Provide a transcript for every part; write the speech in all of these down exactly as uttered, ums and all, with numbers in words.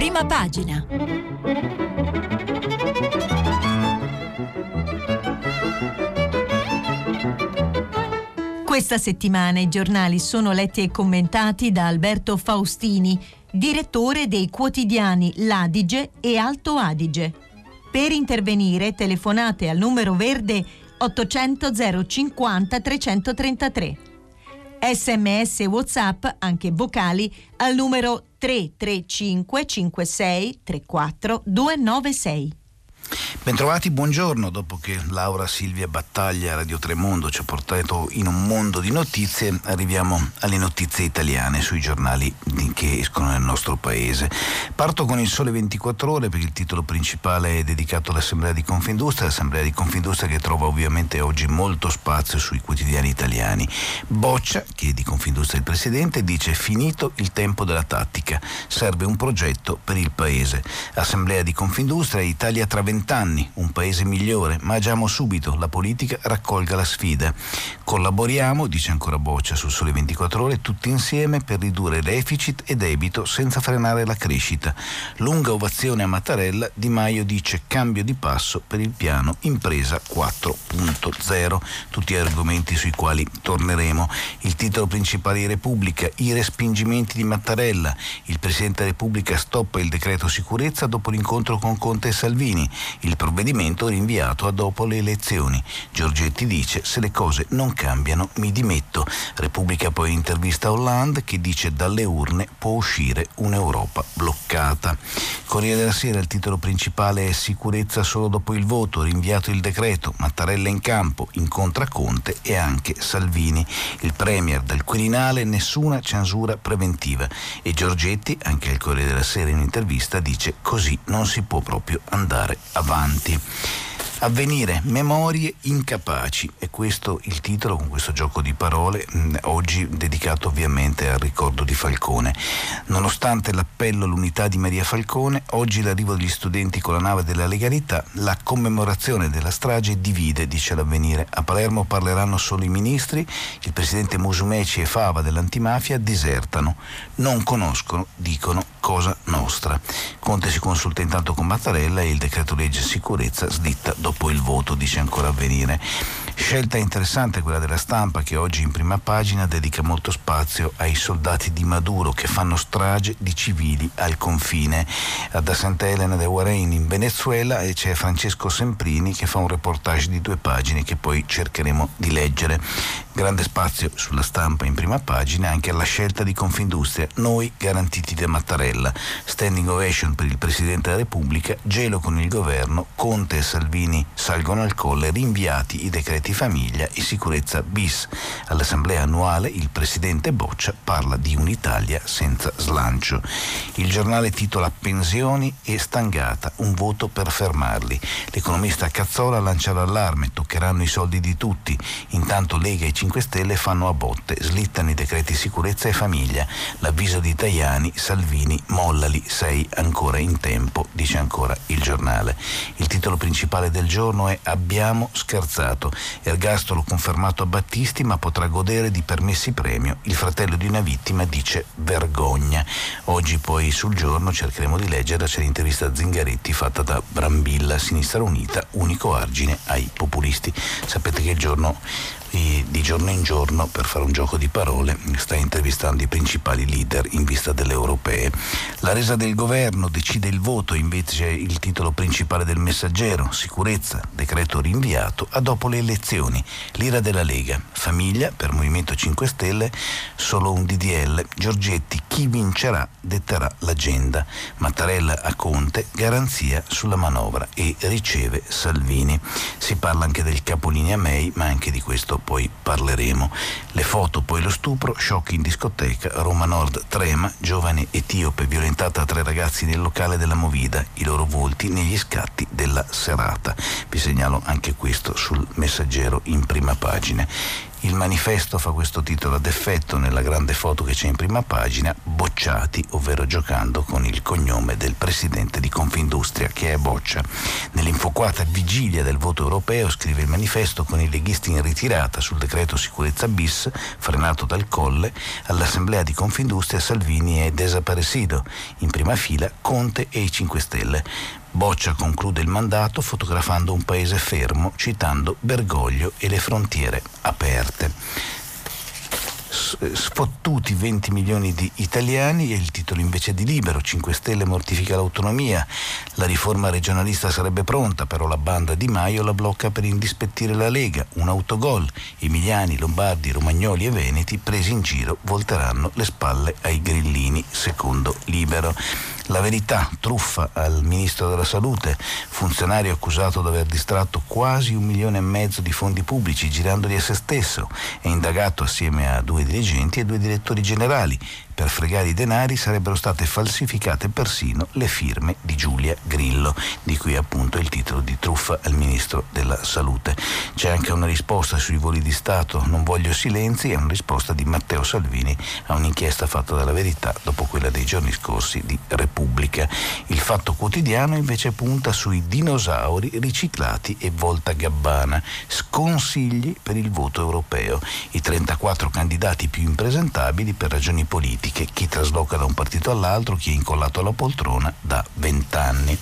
Prima pagina. Questa settimana i giornali sono letti e commentati da Alberto Faustini, direttore dei quotidiani L'Adige e Alto Adige. Per intervenire telefonate al numero verde ottocento zero cinquanta trecentotrentatré. Sms e WhatsApp, anche vocali, al numero tre tre cinque cinque sei tre quattro due nove sei. Bentrovati, buongiorno. Dopo che Laura Silvia Battaglia, Radio Tremondo, ci ha portato in un mondo di notizie, arriviamo alle notizie italiane sui giornali che escono nel nostro paese. Parto con il Sole ventiquattro Ore perché il titolo principale è dedicato all'Assemblea di Confindustria, l'Assemblea di Confindustria che trova ovviamente oggi molto spazio sui quotidiani italiani. Boccia, che è di Confindustria il presidente, dice: finito il tempo della tattica, serve un progetto per il paese. Assemblea di Confindustria, Italia tra vent'anni, un paese migliore, ma agiamo subito, la politica raccolga la sfida. Collaboriamo, dice ancora Boccia sul Sole ventiquattro Ore, tutti insieme per ridurre deficit e debito senza frenare la crescita. Lunga ovazione a Mattarella, Di Maio dice cambio di passo per il piano Impresa quattro punto zero. Tutti argomenti sui quali torneremo. Il titolo principale di Repubblica: i respingimenti di Mattarella. Il Presidente della Repubblica stoppa il decreto sicurezza dopo l'incontro con Conte e Salvini. Il provvedimento rinviato a dopo le elezioni. Giorgetti dice: se le cose non cambiano mi dimetto. Repubblica poi intervista Hollande che dice: dalle urne può uscire un'Europa bloccata. Corriere della Sera, il titolo principale è sicurezza solo dopo il voto, rinviato il decreto, Mattarella in campo, incontra Conte e anche Salvini. Il Premier dal Quirinale, nessuna censura preventiva. E Giorgetti, anche al Corriere della Sera in intervista, dice: così non si può proprio andare avanti. Avvenire, memorie incapaci, è questo il titolo, con questo gioco di parole, mh, oggi dedicato ovviamente al ricordo di Falcone. Nonostante l'appello all'unità di Maria Falcone, oggi l'arrivo degli studenti con la nave della legalità, la commemorazione della strage divide, dice l'Avvenire. A Palermo parleranno solo i ministri, il presidente Musumeci e Fava dell'antimafia disertano, non conoscono, dicono Cosa Nostra. Conte si consulta intanto con Mattarella e il decreto legge sicurezza slitta dopo il voto, dice ancora Avvenire. Scelta interessante quella della Stampa, che oggi in prima pagina dedica molto spazio ai soldati di Maduro che fanno strage di civili al confine. Da Santa Elena de Guarén in Venezuela, e c'è Francesco Semprini che fa un reportage di due pagine che poi cercheremo di leggere. Grande spazio sulla Stampa in prima pagina anche alla scelta di Confindustria, noi garantiti da Mattarella. Standing ovation per il Presidente della Repubblica, gelo con il governo, Conte e Salvini salgono al colle, rinviati i decreti famiglia e sicurezza bis. All'assemblea annuale il presidente Boccia parla di un'Italia senza slancio. Il giornale titola pensioni e stangata, un voto per fermarli. L'economista Cazzola lancia l'allarme, toccheranno i soldi di tutti. Intanto Lega e cinque Stelle fanno a botte, slittano i decreti sicurezza e famiglia. L'avviso di Tajani, Salvini, mollali, sei ancora in tempo, dice ancora il giornale. Il titolo principale del giorno è abbiamo scherzato. Ergastolo confermato a Battisti, ma potrà godere di permessi premio. Il fratello di una vittima dice vergogna. Oggi poi sul Giorno cercheremo di leggere, c'è l'intervista a Zingaretti fatta da Brambilla, Sinistra Unita, unico argine ai populisti. Sapete che il Giorno di giorno in giorno, per fare un gioco di parole, sta intervistando i principali leader in vista delle europee. La resa del governo decide il voto, invece il titolo principale del Messaggero: sicurezza, decreto rinviato a dopo le elezioni. L'ira della Lega, famiglia per Movimento cinque Stelle, solo un D D L. Giorgetti, chi vincerà detterà l'agenda. Mattarella a Conte, garanzia sulla manovra, e riceve Salvini. Si parla anche del capolinea May, ma anche di questo poi parleremo. Le foto, poi lo stupro, shock in discoteca, Roma Nord trema, giovane etiope violentata a tre ragazzi nel locale della Movida, i loro volti negli scatti della serata. Vi segnalo anche questo sul Messaggero in prima pagina. Il Manifesto fa questo titolo ad effetto nella grande foto che c'è in prima pagina: Bocciati, ovvero giocando con il cognome del presidente di Confindustria, che è Boccia. Nell'infuocata vigilia del voto europeo, scrive il Manifesto, con i leghisti in ritirata sul decreto sicurezza bis, frenato dal Colle, all'assemblea di Confindustria Salvini è desaparecido. In prima fila Conte e i cinque Stelle. Boccia conclude il mandato fotografando un paese fermo, citando Bergoglio e le frontiere aperte. Sfottuti venti milioni di italiani è il titolo invece di Libero. cinque Stelle mortifica l'autonomia. La riforma regionalista sarebbe pronta, però la banda Di Maio la blocca per indispettire la Lega. Un autogol. Emiliani, Lombardi, Romagnoli e Veneti, presi in giro, volteranno le spalle ai grillini, secondo Libero. La Verità, truffa al ministro della Salute, funzionario accusato di aver distratto quasi un milione e mezzo di fondi pubblici girandoli a se stesso, è indagato assieme a due dirigenti e due direttori generali. Per fregare i denari sarebbero state falsificate persino le firme di Giulia Grillo, di cui appunto il titolo di truffa al ministro della Salute. C'è anche una risposta sui voli di Stato, non voglio silenzi, è una risposta di Matteo Salvini a un'inchiesta fatta dalla Verità dopo quella dei giorni scorsi di Repubblica. Il Fatto Quotidiano invece punta sui dinosauri riciclati e Volta Gabbana, sconsigli per il voto europeo, i trentaquattro candidati più impresentabili per ragioni politiche, chi trasloca da un partito all'altro, chi è incollato alla poltrona da vent'anni.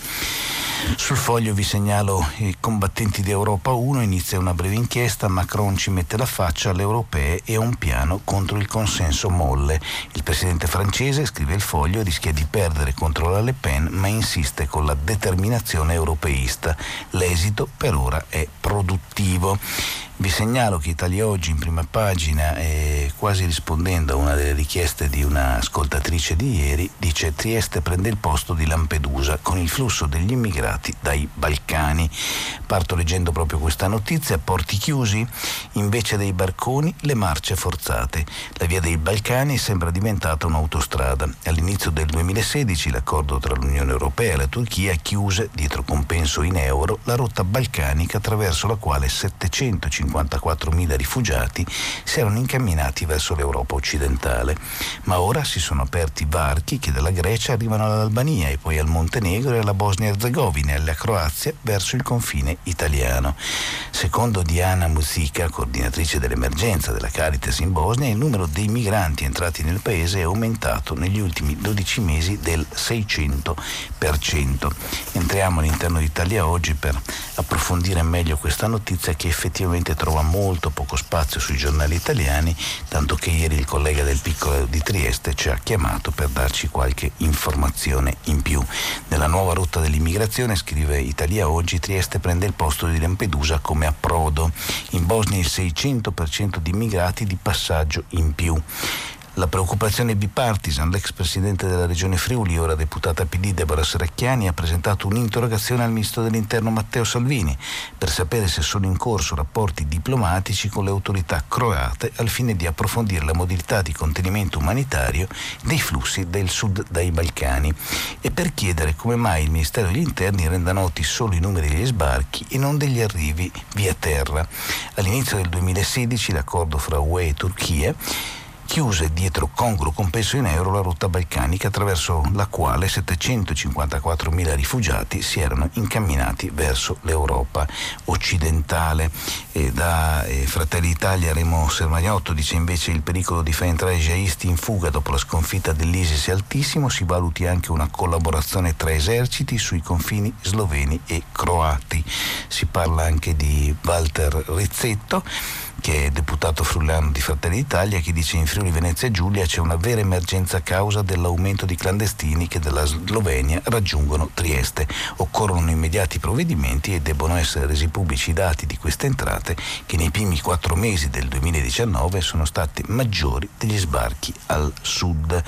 Sul Foglio vi segnalo i combattenti di Europa uno, inizia una breve inchiesta, Macron ci mette la faccia alle europee e un piano contro il consenso molle. Il presidente francese, scrive il Foglio, rischia di perdere contro la Le Pen, ma insiste con la determinazione europeista. L'esito per ora è produttivo. Vi segnalo che Italia Oggi in prima pagina, eh, quasi rispondendo a una delle richieste di una ascoltatrice di ieri, dice: Trieste prende il posto di Lampedusa con il flusso degli immigrati dai Balcani. Parto leggendo proprio questa notizia: porti chiusi, invece dei barconi le marce forzate. La via dei Balcani sembra diventata un'autostrada. All'inizio del duemilasedici l'accordo tra l'Unione Europea e la Turchia chiuse, dietro compenso in euro, la rotta balcanica attraverso la quale settecentocinquantaquattromila rifugiati si erano incamminati verso l'Europa occidentale. Ma ora si sono aperti varchi che dalla Grecia arrivano all'Albania e poi al Montenegro e alla Bosnia-Erzegovina e alla Croazia verso il confine italiano. Secondo Diana Muzica, coordinatrice dell'emergenza della Caritas in Bosnia, il numero dei migranti entrati nel paese è aumentato negli ultimi dodici mesi del seicento per cento. Entriamo all'interno di Italia Oggi per approfondire meglio questa notizia che effettivamente trova molto poco spazio sui giornali italiani, tanto che ieri il collega del Piccolo di Trieste ci ha chiamato per darci qualche informazione in più. Nella nuova rotta dell'immigrazione, scrive Italia Oggi, Trieste prende il posto di Lampedusa come approdo. In Bosnia il seicento per cento di immigrati di passaggio in più. La preoccupazione bipartisan, l'ex presidente della regione Friuli, ora deputata P D Deborah Serracchiani, ha presentato un'interrogazione al ministro dell'interno Matteo Salvini per sapere se sono in corso rapporti diplomatici con le autorità croate al fine di approfondire la modalità di contenimento umanitario dei flussi del sud dai Balcani e per chiedere come mai il Ministero degli Interni renda noti solo i numeri degli sbarchi e non degli arrivi via terra. All'inizio del duemilasedici l'accordo fra U E e Turchia chiuse dietro congruo compenso in euro la rotta balcanica attraverso la quale settecentocinquantaquattromila rifugiati si erano incamminati verso l'Europa occidentale. E da eh, Fratelli d'Italia Remo Sermagnotto dice invece: il pericolo di far entrare jihadisti in fuga dopo la sconfitta dell'ISIS è altissimo, si valuti anche una collaborazione tra eserciti sui confini sloveni e croati. Si parla anche di Walter Rizzetto, che è deputato friulano di Fratelli d'Italia, che dice: in Friuli Venezia Giulia c'è una vera emergenza a causa dell'aumento di clandestini che dalla Slovenia raggiungono Trieste. Occorrono immediati provvedimenti e debbono essere resi pubblici i dati di queste entrate che nei primi quattro mesi del duemiladiciannove sono stati maggiori degli sbarchi al sud.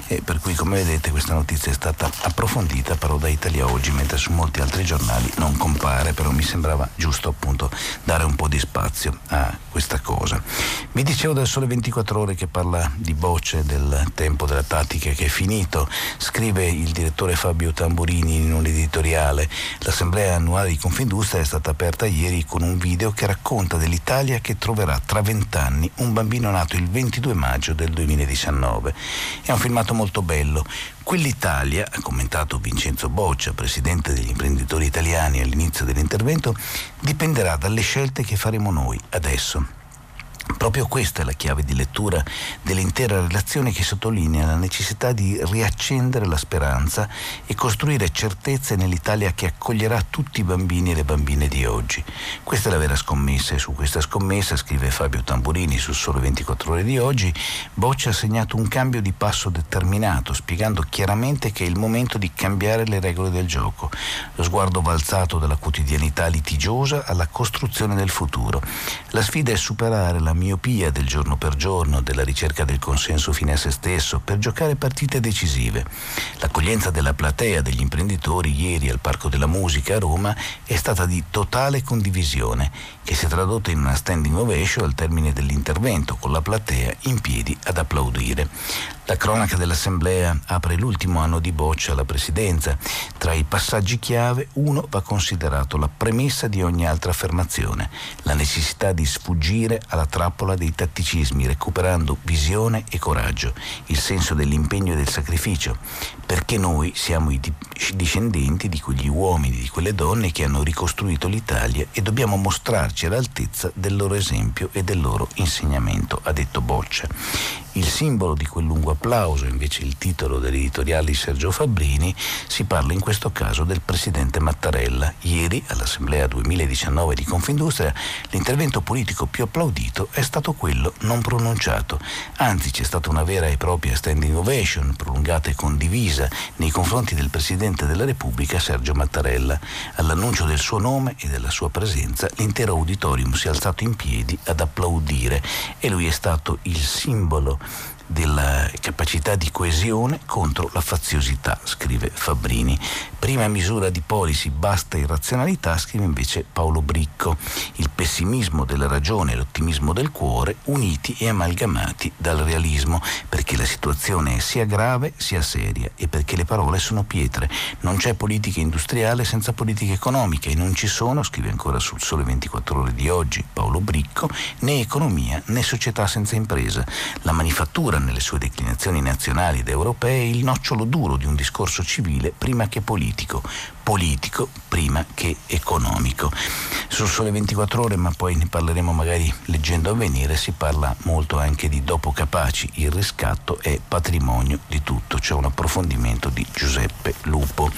e per cui, come vedete, questa notizia è stata approfondita però da Italia Oggi, mentre su molti altri giornali non compare, però mi sembrava giusto appunto dare un po' di spazio a questa cosa. Vi dicevo del Sole ventiquattro Ore che parla di bocce, del tempo della tattica che è finito. Scrive il direttore Fabio Tamburini in un editoriale: l'assemblea annuale di Confindustria è stata aperta ieri con un video che racconta dell'Italia che troverà tra vent'anni un bambino nato il ventidue maggio del duemiladiciannove. È un filmato molto bello. Quell'Italia, ha commentato Vincenzo Boccia, presidente degli imprenditori italiani all'inizio dell'intervento, dipenderà dalle scelte che faremo noi adesso. Proprio questa è la chiave di lettura dell'intera relazione, che sottolinea la necessità di riaccendere la speranza e costruire certezze nell'Italia che accoglierà tutti i bambini e le bambine di oggi. Questa è la vera scommessa, e su questa scommessa, scrive Fabio Tamburini sul Sole ventiquattro Ore di oggi, Boccia ha segnato un cambio di passo determinato, spiegando chiaramente che è il momento di cambiare le regole del gioco. Lo sguardo balzato dalla quotidianità litigiosa alla costruzione del futuro. La sfida è superare la miopia del giorno per giorno, della ricerca del consenso fine a se stesso, per giocare partite decisive. L'accoglienza della platea degli imprenditori ieri al Parco della Musica a Roma è stata di totale condivisione, che si è tradotta in una standing ovation al termine dell'intervento, con la platea in piedi ad applaudire. La cronaca dell'Assemblea apre l'ultimo anno di Boccia alla presidenza. Tra i passaggi chiave, uno va considerato la premessa di ogni altra affermazione: la necessità di sfuggire alla trappola dei tatticismi, recuperando visione e coraggio, il senso dell'impegno e del sacrificio, perché noi siamo i discendenti di quegli uomini, di quelle donne che hanno ricostruito l'Italia, e dobbiamo mostrarci all'altezza del loro esempio e del loro insegnamento, ha detto Boccia. Il simbolo di quel lungo applauso, invece, il titolo dell'editoriale di Sergio Fabbrini, si parla in questo caso del presidente Mattarella. Ieri, all'Assemblea duemiladiciannove di Confindustria, l'intervento politico più applaudito è stato quello non pronunciato. Anzi, c'è stata una vera e propria standing ovation, prolungata e condivisa, nei confronti del Presidente della Repubblica Sergio Mattarella. All'annuncio del suo nome e della sua presenza, l'intero auditorium si è alzato in piedi ad applaudire, e lui è stato il simbolo della capacità di coesione contro la faziosità, scrive Fabbrini. Prima misura di policy, basta irrazionalità, scrive invece Paolo Bricco. Il pessimismo della ragione e l'ottimismo del cuore uniti e amalgamati dal realismo, perché la situazione è sia grave sia seria e perché le parole sono pietre. Non c'è politica industriale senza politica economica, e non ci sono, scrive ancora sul Sole ventiquattro Ore di oggi Paolo Bricco, né economia né società senza impresa. La manifattura nelle sue declinazioni nazionali ed europee è il nocciolo duro di un discorso civile prima che politico, politico prima che economico. Sul Sole ventiquattro Ore, ma poi ne parleremo magari leggendo Avvenire, si parla molto anche di Dopo Capaci, il riscatto è patrimonio di tutto. C'è un approfondimento di Giuseppe Lupo.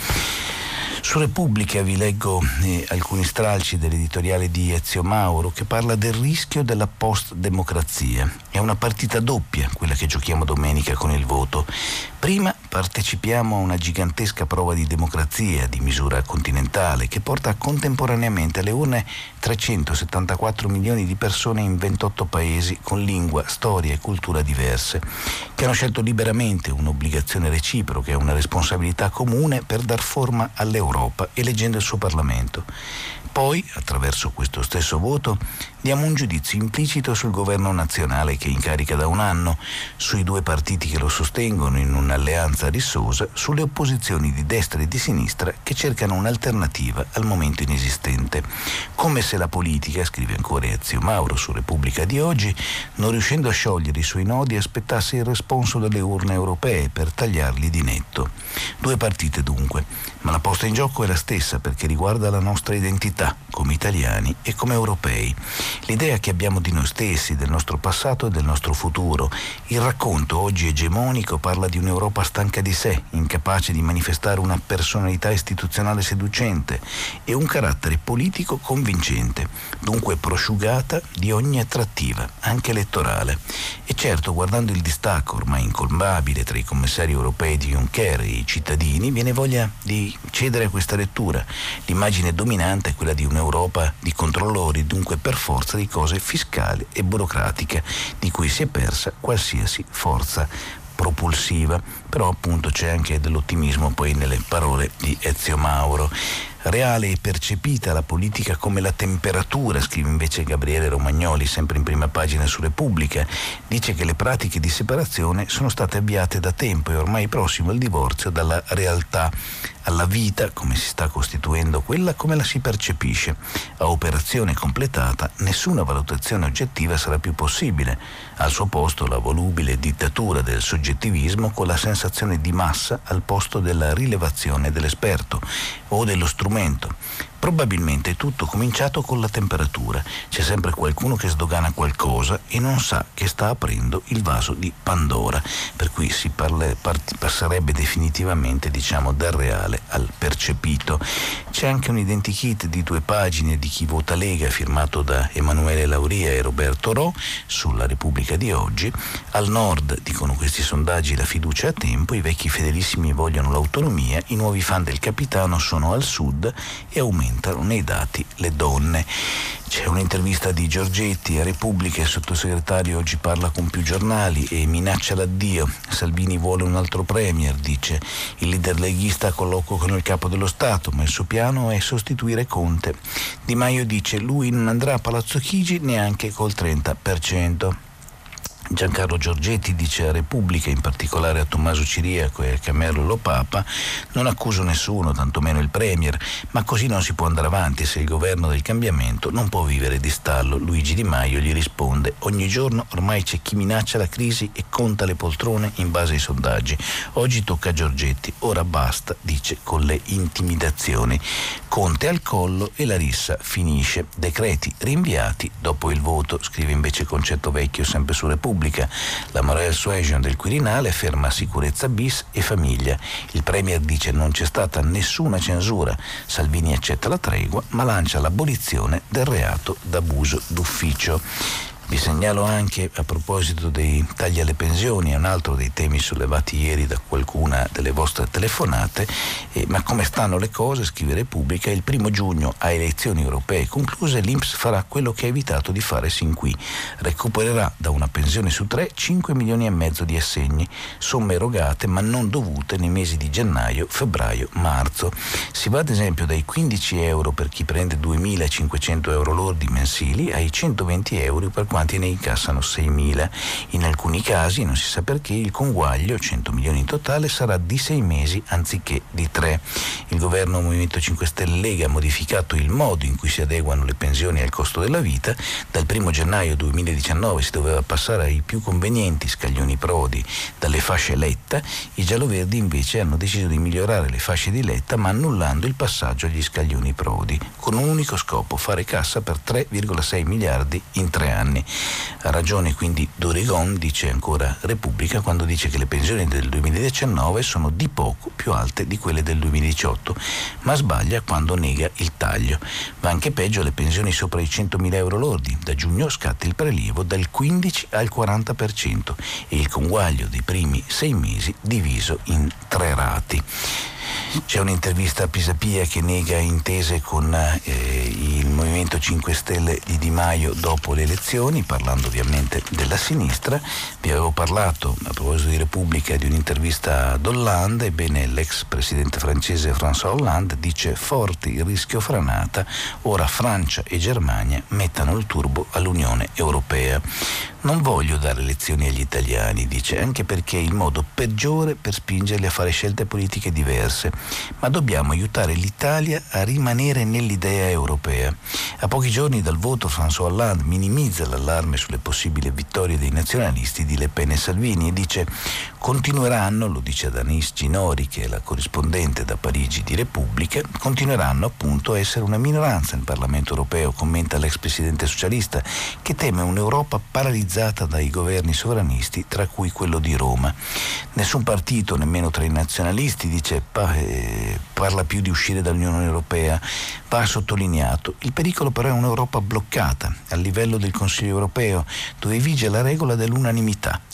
Su Repubblica vi leggo eh, alcuni stralci dell'editoriale di Ezio Mauro, che parla del rischio della post-democrazia. È una partita doppia quella che giochiamo domenica con il voto. Prima partecipiamo a una gigantesca prova di democrazia di misura continentale, che porta contemporaneamente alle urne trecentosettantaquattro milioni di persone in ventotto paesi, con lingua, storia e cultura diverse, che hanno scelto liberamente un'obbligazione reciproca e una responsabilità comune per dar forma all'Europa, eleggendo il suo Parlamento. Poi, attraverso questo stesso voto, diamo un giudizio implicito sul governo nazionale, che è in carica da un anno, sui due partiti che lo sostengono in un'alleanza rissosa, sulle opposizioni di destra e di sinistra che cercano un'alternativa al momento inesistente. Come se la politica, scrive ancora Ezio Mauro su Repubblica di oggi, non riuscendo a sciogliere i suoi nodi, aspettasse il responso delle urne europee per tagliarli di netto. Due partite dunque, ma la posta in gioco è la stessa, perché riguarda la nostra identità come italiani e come europei. L'idea che abbiamo di noi stessi, del nostro passato e del nostro futuro. Il racconto oggi egemonico parla di un'Europa stanca di sé, incapace di manifestare una personalità istituzionale seducente e un carattere politico convincente, dunque prosciugata di ogni attrattiva, anche elettorale. E certo, guardando il distacco ormai incolmabile tra i commissari europei di Juncker e i cittadini, viene voglia di cedere a questa lettura. L'immagine dominante è quella di un'Europa di controllori, dunque per forza di cose fiscali e burocratiche, di cui si è persa qualsiasi forza propulsiva, però appunto c'è anche dell'ottimismo poi nelle parole di Ezio Mauro. Reale e percepita la politica come la temperatura, scrive invece Gabriele Romagnoli, sempre in prima pagina su Repubblica. Dice che le pratiche di separazione sono state avviate da tempo e ormai prossimo il divorzio dalla realtà. Alla vita, come si sta costituendo quella, come la si percepisce. A operazione completata, nessuna valutazione oggettiva sarà più possibile. Al suo posto la volubile dittatura del soggettivismo con la sensazione di massa al posto della rilevazione dell'esperto o dello strumento. Probabilmente tutto cominciato con la temperatura. C'è sempre qualcuno che sdogana qualcosa e non sa che sta aprendo il vaso di Pandora, per cui si parle, part, passerebbe definitivamente, diciamo, dal reale al percepito. C'è anche un identikit di due pagine di Chi vota Lega, firmato da Emanuele Lauria e Roberto Ro, sulla Repubblica di oggi. Al nord, dicono questi sondaggi, la fiducia è a tempo, i vecchi fedelissimi vogliono l'autonomia, i nuovi fan del capitano sono al sud e aumentano nei dati le donne. C'è un'intervista di Giorgetti a Repubblica, il sottosegretario oggi parla con più giornali e minaccia l'addio. Salvini vuole un altro premier, dice. Il leader leghista ha colloquio con il capo dello Stato, ma il suo piano è sostituire Conte. Di Maio dice lui non andrà a Palazzo Chigi neanche col trenta per cento. Giancarlo Giorgetti dice a Repubblica, in particolare a Tommaso Ciriaco e a Camerlo Papa: non accuso nessuno, tantomeno il Premier, ma così non si può andare avanti se il governo del cambiamento non può vivere di stallo. Luigi Di Maio gli risponde: ogni giorno ormai c'è chi minaccia la crisi e conta le poltrone in base ai sondaggi. Oggi tocca a Giorgetti, ora basta, dice, con le intimidazioni. Conte al collo e la rissa finisce. Decreti rinviati dopo il voto, scrive invece Concetto Vecchio sempre su Repubblica. La moral suasion del Quirinale ferma sicurezza bis e famiglia. Il Premier dice non c'è stata nessuna censura. Salvini accetta la tregua ma lancia l'abolizione del reato d'abuso d'ufficio. Vi segnalo anche, a proposito dei tagli alle pensioni, è un altro dei temi sollevati ieri da qualcuna delle vostre telefonate, eh, ma come stanno le cose, scrive Repubblica, il primo giugno a elezioni europee concluse l'I N P S farà quello che ha evitato di fare sin qui. Recupererà da una pensione su tre cinque milioni e mezzo di assegni, somme erogate ma non dovute nei mesi di gennaio, febbraio, marzo. Si va ad esempio dai quindici euro per chi prende duemilacinquecento euro lordi mensili ai centoventi euro per quanti ne incassano seimila. In alcuni casi, non si sa perché, il conguaglio, cento milioni in totale, sarà di sei mesi anziché di tre. Il governo Movimento cinque Stelle Lega ha modificato il modo in cui si adeguano le pensioni al costo della vita. Dal primo gennaio duemiladiciannove si doveva passare ai più convenienti scaglioni Prodi dalle fasce Letta. I gialloverdi invece hanno deciso di migliorare le fasce di Letta ma annullando il passaggio agli scaglioni Prodi, con un unico scopo: fare cassa per tre virgola sei miliardi in tre anni. Ha ragione quindi Dorigon, dice ancora Repubblica, quando dice che le pensioni del duemiladiciannove sono di poco più alte di quelle del duemiladiciotto, ma sbaglia quando nega il taglio. Va anche peggio alle pensioni sopra i centomila euro lordi. Da giugno scatta il prelievo dal quindici al quaranta per cento e il conguaglio dei primi sei mesi diviso in tre rati. C'è un'intervista a Pisapia che nega intese con eh, il Movimento cinque Stelle di Di Maio dopo le elezioni, parlando ovviamente della sinistra. Vi avevo parlato, a proposito di Repubblica, di un'intervista ad Hollande. Ebbene, l'ex presidente francese François Hollande dice: forte il rischio franata, ora Francia e Germania mettano il turbo all'Unione Europea. Non voglio dare lezioni agli italiani, dice, anche perché è il modo peggiore per spingerli a fare scelte politiche diverse, ma dobbiamo aiutare l'Italia a rimanere nell'idea europea. A pochi giorni dal voto François Hollande minimizza l'allarme sulle possibili vittorie dei nazionalisti di Le Pen e Salvini e dice: continueranno, lo dice ad Anis Ginori, che è la corrispondente da Parigi di Repubblica, continueranno appunto a essere una minoranza nel Parlamento europeo, commenta l'ex presidente socialista, che teme un'Europa paralizzata dai governi sovranisti, tra cui quello di Roma. Nessun partito, nemmeno tra i nazionalisti, dice, pa, eh, parla più di uscire dall'Unione Europea. Va sottolineato. Il pericolo però è un'Europa bloccata al livello del Consiglio europeo, dove vige la regola dell'unanimità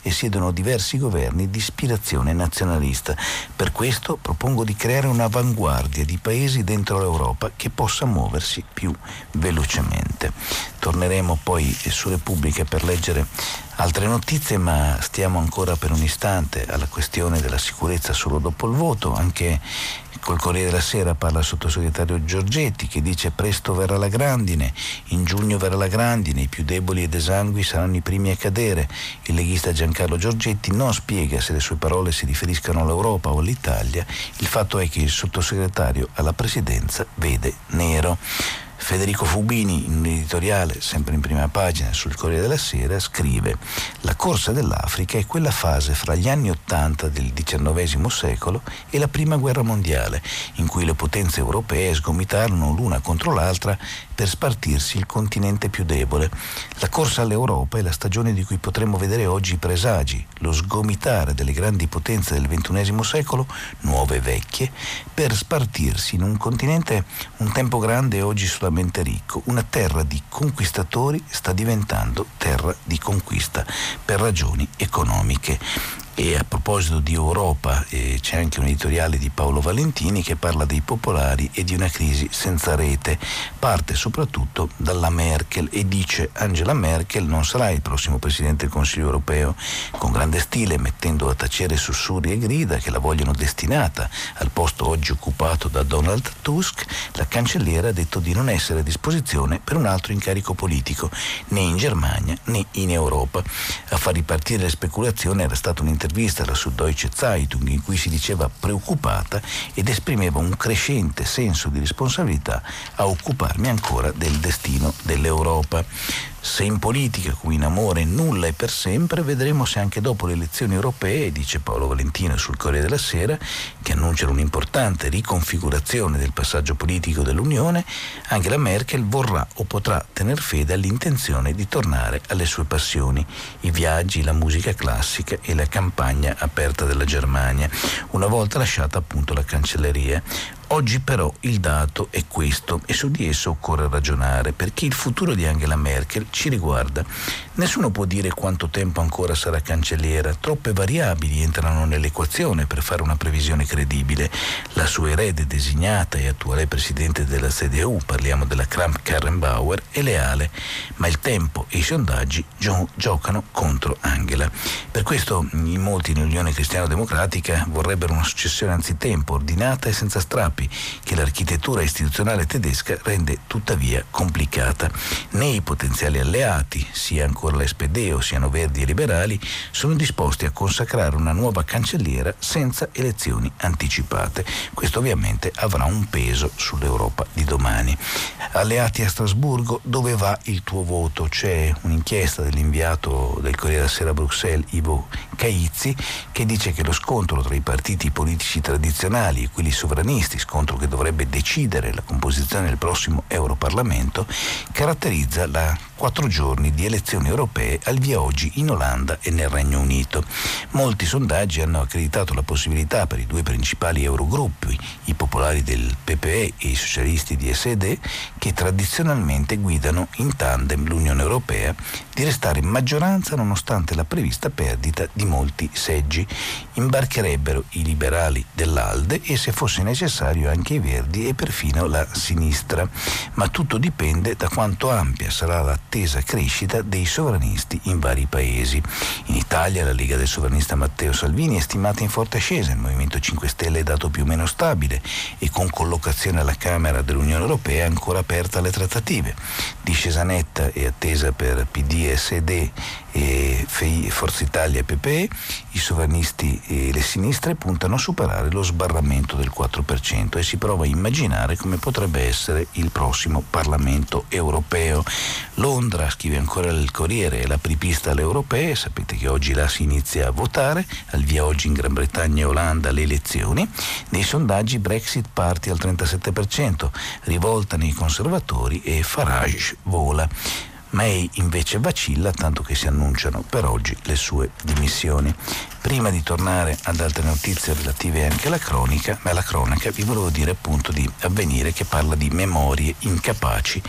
e siedono diversi governi di ispirazione nazionalista. Per questo propongo di creare un'avanguardia di paesi dentro l'Europa che possa muoversi più velocemente. Torneremo poi su Repubblica per leggere altre notizie, ma stiamo ancora per un istante alla questione della sicurezza solo dopo il voto. Anche col Corriere della Sera parla il sottosegretario Giorgetti, che dice: presto verrà la grandine, in giugno verrà la grandine, i più deboli ed esangui saranno i primi a cadere. Il leghista Giancarlo Giorgetti non spiega se le sue parole si riferiscano all'Europa o all'Italia. Il fatto è che il sottosegretario alla presidenza vede nero. Federico Fubini, in un editoriale sempre in prima pagina sul Corriere della Sera, scrive: la corsa dell'Africa è quella fase fra gli anni Ottanta del diciannovesimo secolo e la Prima Guerra Mondiale, in cui le potenze europee sgomitarono l'una contro l'altra per spartirsi il continente più debole. La corsa all'Europa è la stagione di cui potremmo vedere oggi i presagi, lo sgomitare delle grandi potenze del ventunesimo secolo, nuove e vecchie, per spartirsi in un continente un tempo grande e oggi solamente ricco. Una terra di conquistatori sta diventando terra di conquista per ragioni economiche. E a proposito di Europa, eh, c'è anche un editoriale di Paolo Valentini che parla dei popolari e di una crisi senza rete. Parte soprattutto dalla Merkel e dice: Angela Merkel non sarà il prossimo Presidente del Consiglio europeo. Con grande stile, mettendo a tacere sussurri e grida che la vogliono destinata al posto oggi occupato da Donald Tusk, la cancelliera ha detto di non essere a disposizione per un altro incarico politico, né in Germania né in Europa. A far ripartire le speculazioni era stata un'intervista alla Süddeutsche Zeitung in cui si diceva preoccupata ed esprimeva un crescente senso di responsabilità a occuparmi ancora del destino dell'Europa. Se in politica, come in amore, nulla è per sempre, vedremo se anche dopo le elezioni europee, dice Paolo Valentino sul Corriere della Sera, che annunciano un'importante riconfigurazione del passaggio politico dell'Unione, anche la Merkel vorrà o potrà tener fede all'intenzione di tornare alle sue passioni, i viaggi, la musica classica e la campagna aperta della Germania, una volta lasciata appunto la cancelleria. Oggi però il dato è questo e su di esso occorre ragionare, perché il futuro di Angela Merkel ci riguarda. Nessuno può dire quanto tempo ancora sarà cancelliera, troppe variabili entrano nell'equazione per fare una previsione credibile. La sua erede designata e attuale presidente della C D U, parliamo della Kramp-Karrenbauer, è leale, ma il tempo e i sondaggi gio- giocano contro Angela. Per questo in molti nell'Unione Cristiano Democratica vorrebbero una successione anzitempo, ordinata e senza strappi, che l'architettura istituzionale tedesca rende tuttavia complicata. Né i potenziali alleati, sia ancora l'S P D o siano Verdi e Liberali, sono disposti a consacrare una nuova cancelliera senza elezioni anticipate. Questo ovviamente avrà un peso sull'Europa di domani. Alleati a Strasburgo, dove va il tuo voto? C'è un'inchiesta dell'inviato del Corriere della Sera a Bruxelles, Ivo Caizzi, che dice che lo scontro tra i partiti politici tradizionali e quelli sovranisti, scontro che dovrebbe decidere la composizione del prossimo Europarlamento, caratterizza la quattro giorni di elezioni europee al via oggi in Olanda e nel Regno Unito. Molti sondaggi hanno accreditato la possibilità per i due principali eurogruppi, i popolari del P P E e i socialisti di S E D, che tradizionalmente guidano in tandem l'Unione Europea, di restare in maggioranza nonostante la prevista perdita di molti seggi. Imbarcherebbero i liberali dell'Alde e, se fosse necessario, anche i Verdi e perfino la sinistra, ma tutto dipende da quanto ampia sarà l'attesa crescita dei sovranisti in vari paesi. In Italia la Lega del sovranista Matteo Salvini è stimata in forte ascesa, il Movimento cinque Stelle è dato più o meno stabile e con collocazione alla Camera dell'Unione Europea è ancora aperta alle trattative. Discesa netta e attesa per P D, S E D e Forza Italia e P P E, i sovranisti e le sinistre puntano a superare lo sbarramento del quattro per cento e si prova a immaginare come potrebbe essere il prossimo Parlamento europeo. Londra, scrive ancora il Corriere, è la apripista alle europee. Sapete che oggi là si inizia a votare, al via oggi in Gran Bretagna e Olanda le elezioni. Nei sondaggi Brexit Party al trentasette per cento, rivolta nei conservatori e Farage vola. May invece vacilla, tanto che si annunciano per oggi le sue dimissioni. Prima di tornare ad altre notizie relative anche alla cronaca, alla cronaca vi volevo dire appunto di Avvenire, che parla di memorie incapaci.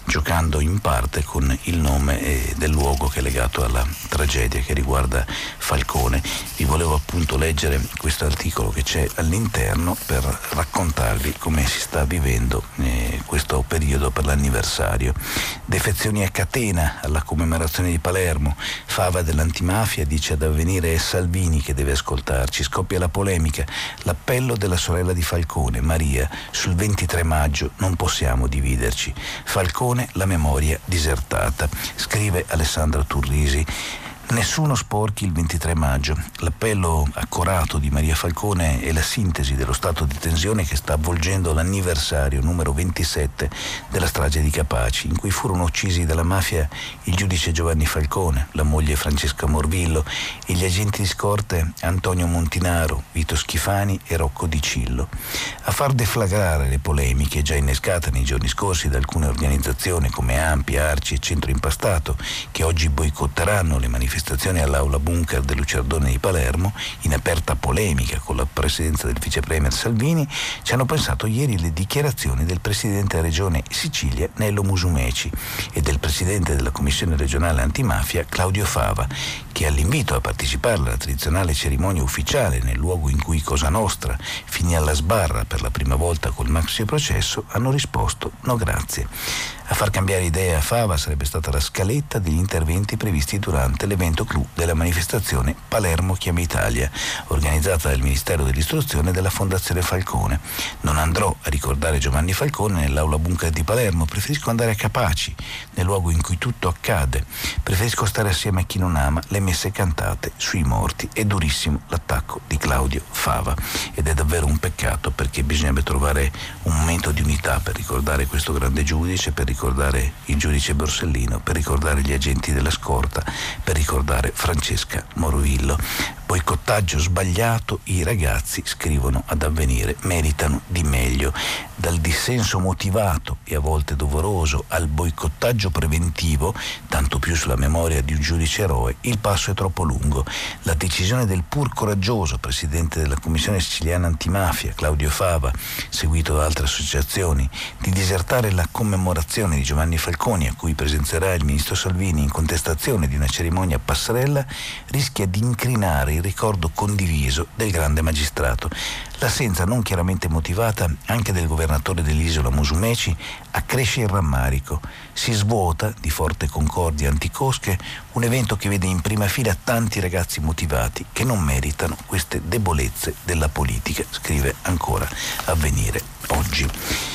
giocando in parte con il nome eh, del luogo che è legato alla tragedia che riguarda Falcone. Vi volevo appunto leggere questo articolo che c'è all'interno per raccontarvi come si sta vivendo eh, questo periodo per l'anniversario. Defezioni a catena alla commemorazione di Palermo. Fava dell'antimafia dice ad Avvenire: è Salvini che deve ascoltarci. Scoppia la polemica. L'appello della sorella di Falcone, Maria: sul ventitré maggio non possiamo dividerci. Falcone, la memoria disertata. Scrive Alessandra Turrisi. Nessuno sporchi il ventitré maggio. L'appello accorato di Maria Falcone è la sintesi dello stato di tensione che sta avvolgendo l'anniversario numero ventisette della strage di Capaci, in cui furono uccisi dalla mafia il giudice Giovanni Falcone, la moglie Francesca Morvillo e gli agenti di scorte Antonio Montinaro, Vito Schifani e Rocco Di Cillo. A far deflagrare le polemiche già innescate nei giorni scorsi da alcune organizzazioni come Ampi, Arci e Centro Impastato, che oggi boicotteranno le manifestazioni all'aula bunker del Lucerdone di Palermo, in aperta polemica con la presidenza del vice premier Salvini, ci hanno pensato ieri le dichiarazioni del presidente della regione Sicilia Nello Musumeci e del presidente della commissione regionale antimafia Claudio Fava, che all'invito a partecipare alla tradizionale cerimonia ufficiale nel luogo in cui Cosa Nostra finì alla sbarra per la prima volta col maxi processo, hanno risposto no grazie. A far cambiare idea a Fava sarebbe stata la scaletta degli interventi previsti durante l'evento clou della manifestazione Palermo Chiama Italia, organizzata dal Ministero dell'Istruzione e della Fondazione Falcone. Non andrò a ricordare Giovanni Falcone nell'aula bunker di Palermo, preferisco andare a Capaci, nel luogo in cui tutto accade. Preferisco stare assieme a chi non ama le messe cantate sui morti. È durissimo l'attacco di Claudio Fava ed è davvero un peccato, perché bisognerebbe trovare un momento di unità per ricordare questo grande giudice, per ricordare il giudice Borsellino, per ricordare gli agenti della scorta, per ricordare Francesca Morvillo. Boicottaggio sbagliato, i ragazzi, scrivono ad Avvenire, meritano di meglio. Dal dissenso motivato e a volte dovoroso al boicottaggio preventivo, tanto più sulla memoria di un giudice eroe, il passo è troppo lungo. La decisione del pur coraggioso presidente della Commissione Siciliana Antimafia, Claudio Fava, seguito da altre associazioni, di disertare la commemorazione di Giovanni Falcone, a cui presenzerà il ministro Salvini in contestazione di una cerimonia a passerella, rischia di incrinare il ricordo condiviso del grande magistrato. L'assenza non chiaramente motivata anche del governatore dell'isola Musumeci accresce il rammarico. Si svuota, di forte concordia anticosche, un evento che vede in prima fila tanti ragazzi motivati che non meritano queste debolezze della politica, scrive ancora Avvenire oggi.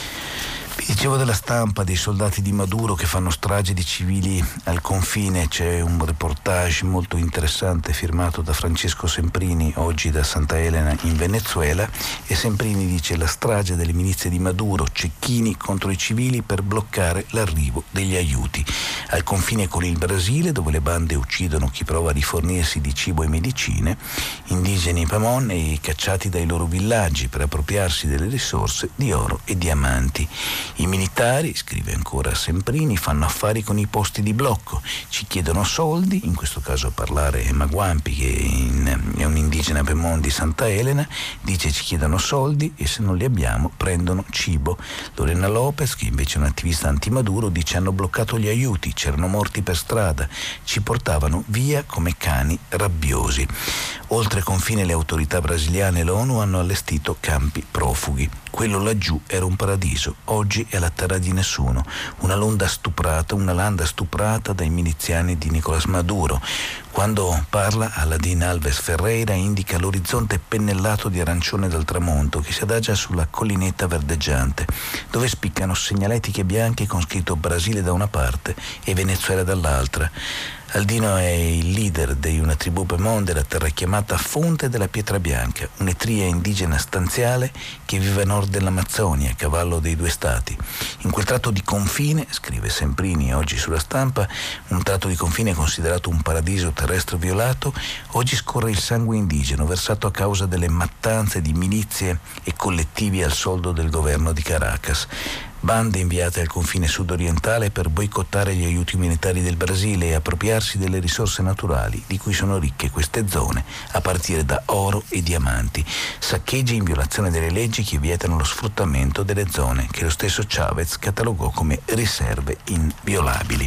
Vi dicevo della Stampa, dei soldati di Maduro che fanno strage di civili al confine. C'è un reportage molto interessante firmato da Francesco Semprini oggi da Santa Elena in Venezuela, e Semprini dice: la strage delle milizie di Maduro, cecchini contro i civili per bloccare l'arrivo degli aiuti. Al confine con il Brasile, dove le bande uccidono chi prova a rifornirsi di cibo e medicine, indigeni Pamon e cacciati dai loro villaggi per appropriarsi delle risorse di oro e diamanti. I militari, scrive ancora Semprini, fanno affari con i posti di blocco, ci chiedono soldi, in questo caso a parlare è Maguampi, che in, è un indigena Pemon di Santa Elena, dice ci chiedono soldi e se non li abbiamo prendono cibo. Lorena Lopez, che invece è un'attivista anti-Maduro, dice hanno bloccato gli aiuti, c'erano morti per strada, ci portavano via come cani rabbiosi. Oltre confine le autorità brasiliane e l'ONU hanno allestito campi profughi. Quello laggiù era un paradiso, oggi è la terra di nessuno. Una landa stuprata, una landa stuprata dai miliziani di Nicolás Maduro. Quando parla, Aladín Alves Ferreira indica l'orizzonte pennellato di arancione dal tramonto che si adagia sulla collinetta verdeggiante, dove spiccano segnaletiche bianche con scritto Brasile da una parte e Venezuela dall'altra. Aldino è il leader di una tribù Pemon della terra chiamata Fonte della Pietra Bianca, un'etnia indigena stanziale che vive a nord dell'Amazzonia, a cavallo dei due stati. In quel tratto di confine, scrive Semprini oggi sulla Stampa, un tratto di confine considerato un paradiso terrestre violato, oggi scorre il sangue indigeno versato a causa delle mattanze di milizie e collettivi al soldo del governo di Caracas. bande inviate al confine sudorientale per boicottare gli aiuti militari del Brasile e appropriarsi delle risorse naturali di cui sono ricche queste zone, a partire da oro e diamanti, saccheggi in violazione delle leggi che vietano lo sfruttamento delle zone che lo stesso Chavez catalogò come riserve inviolabili.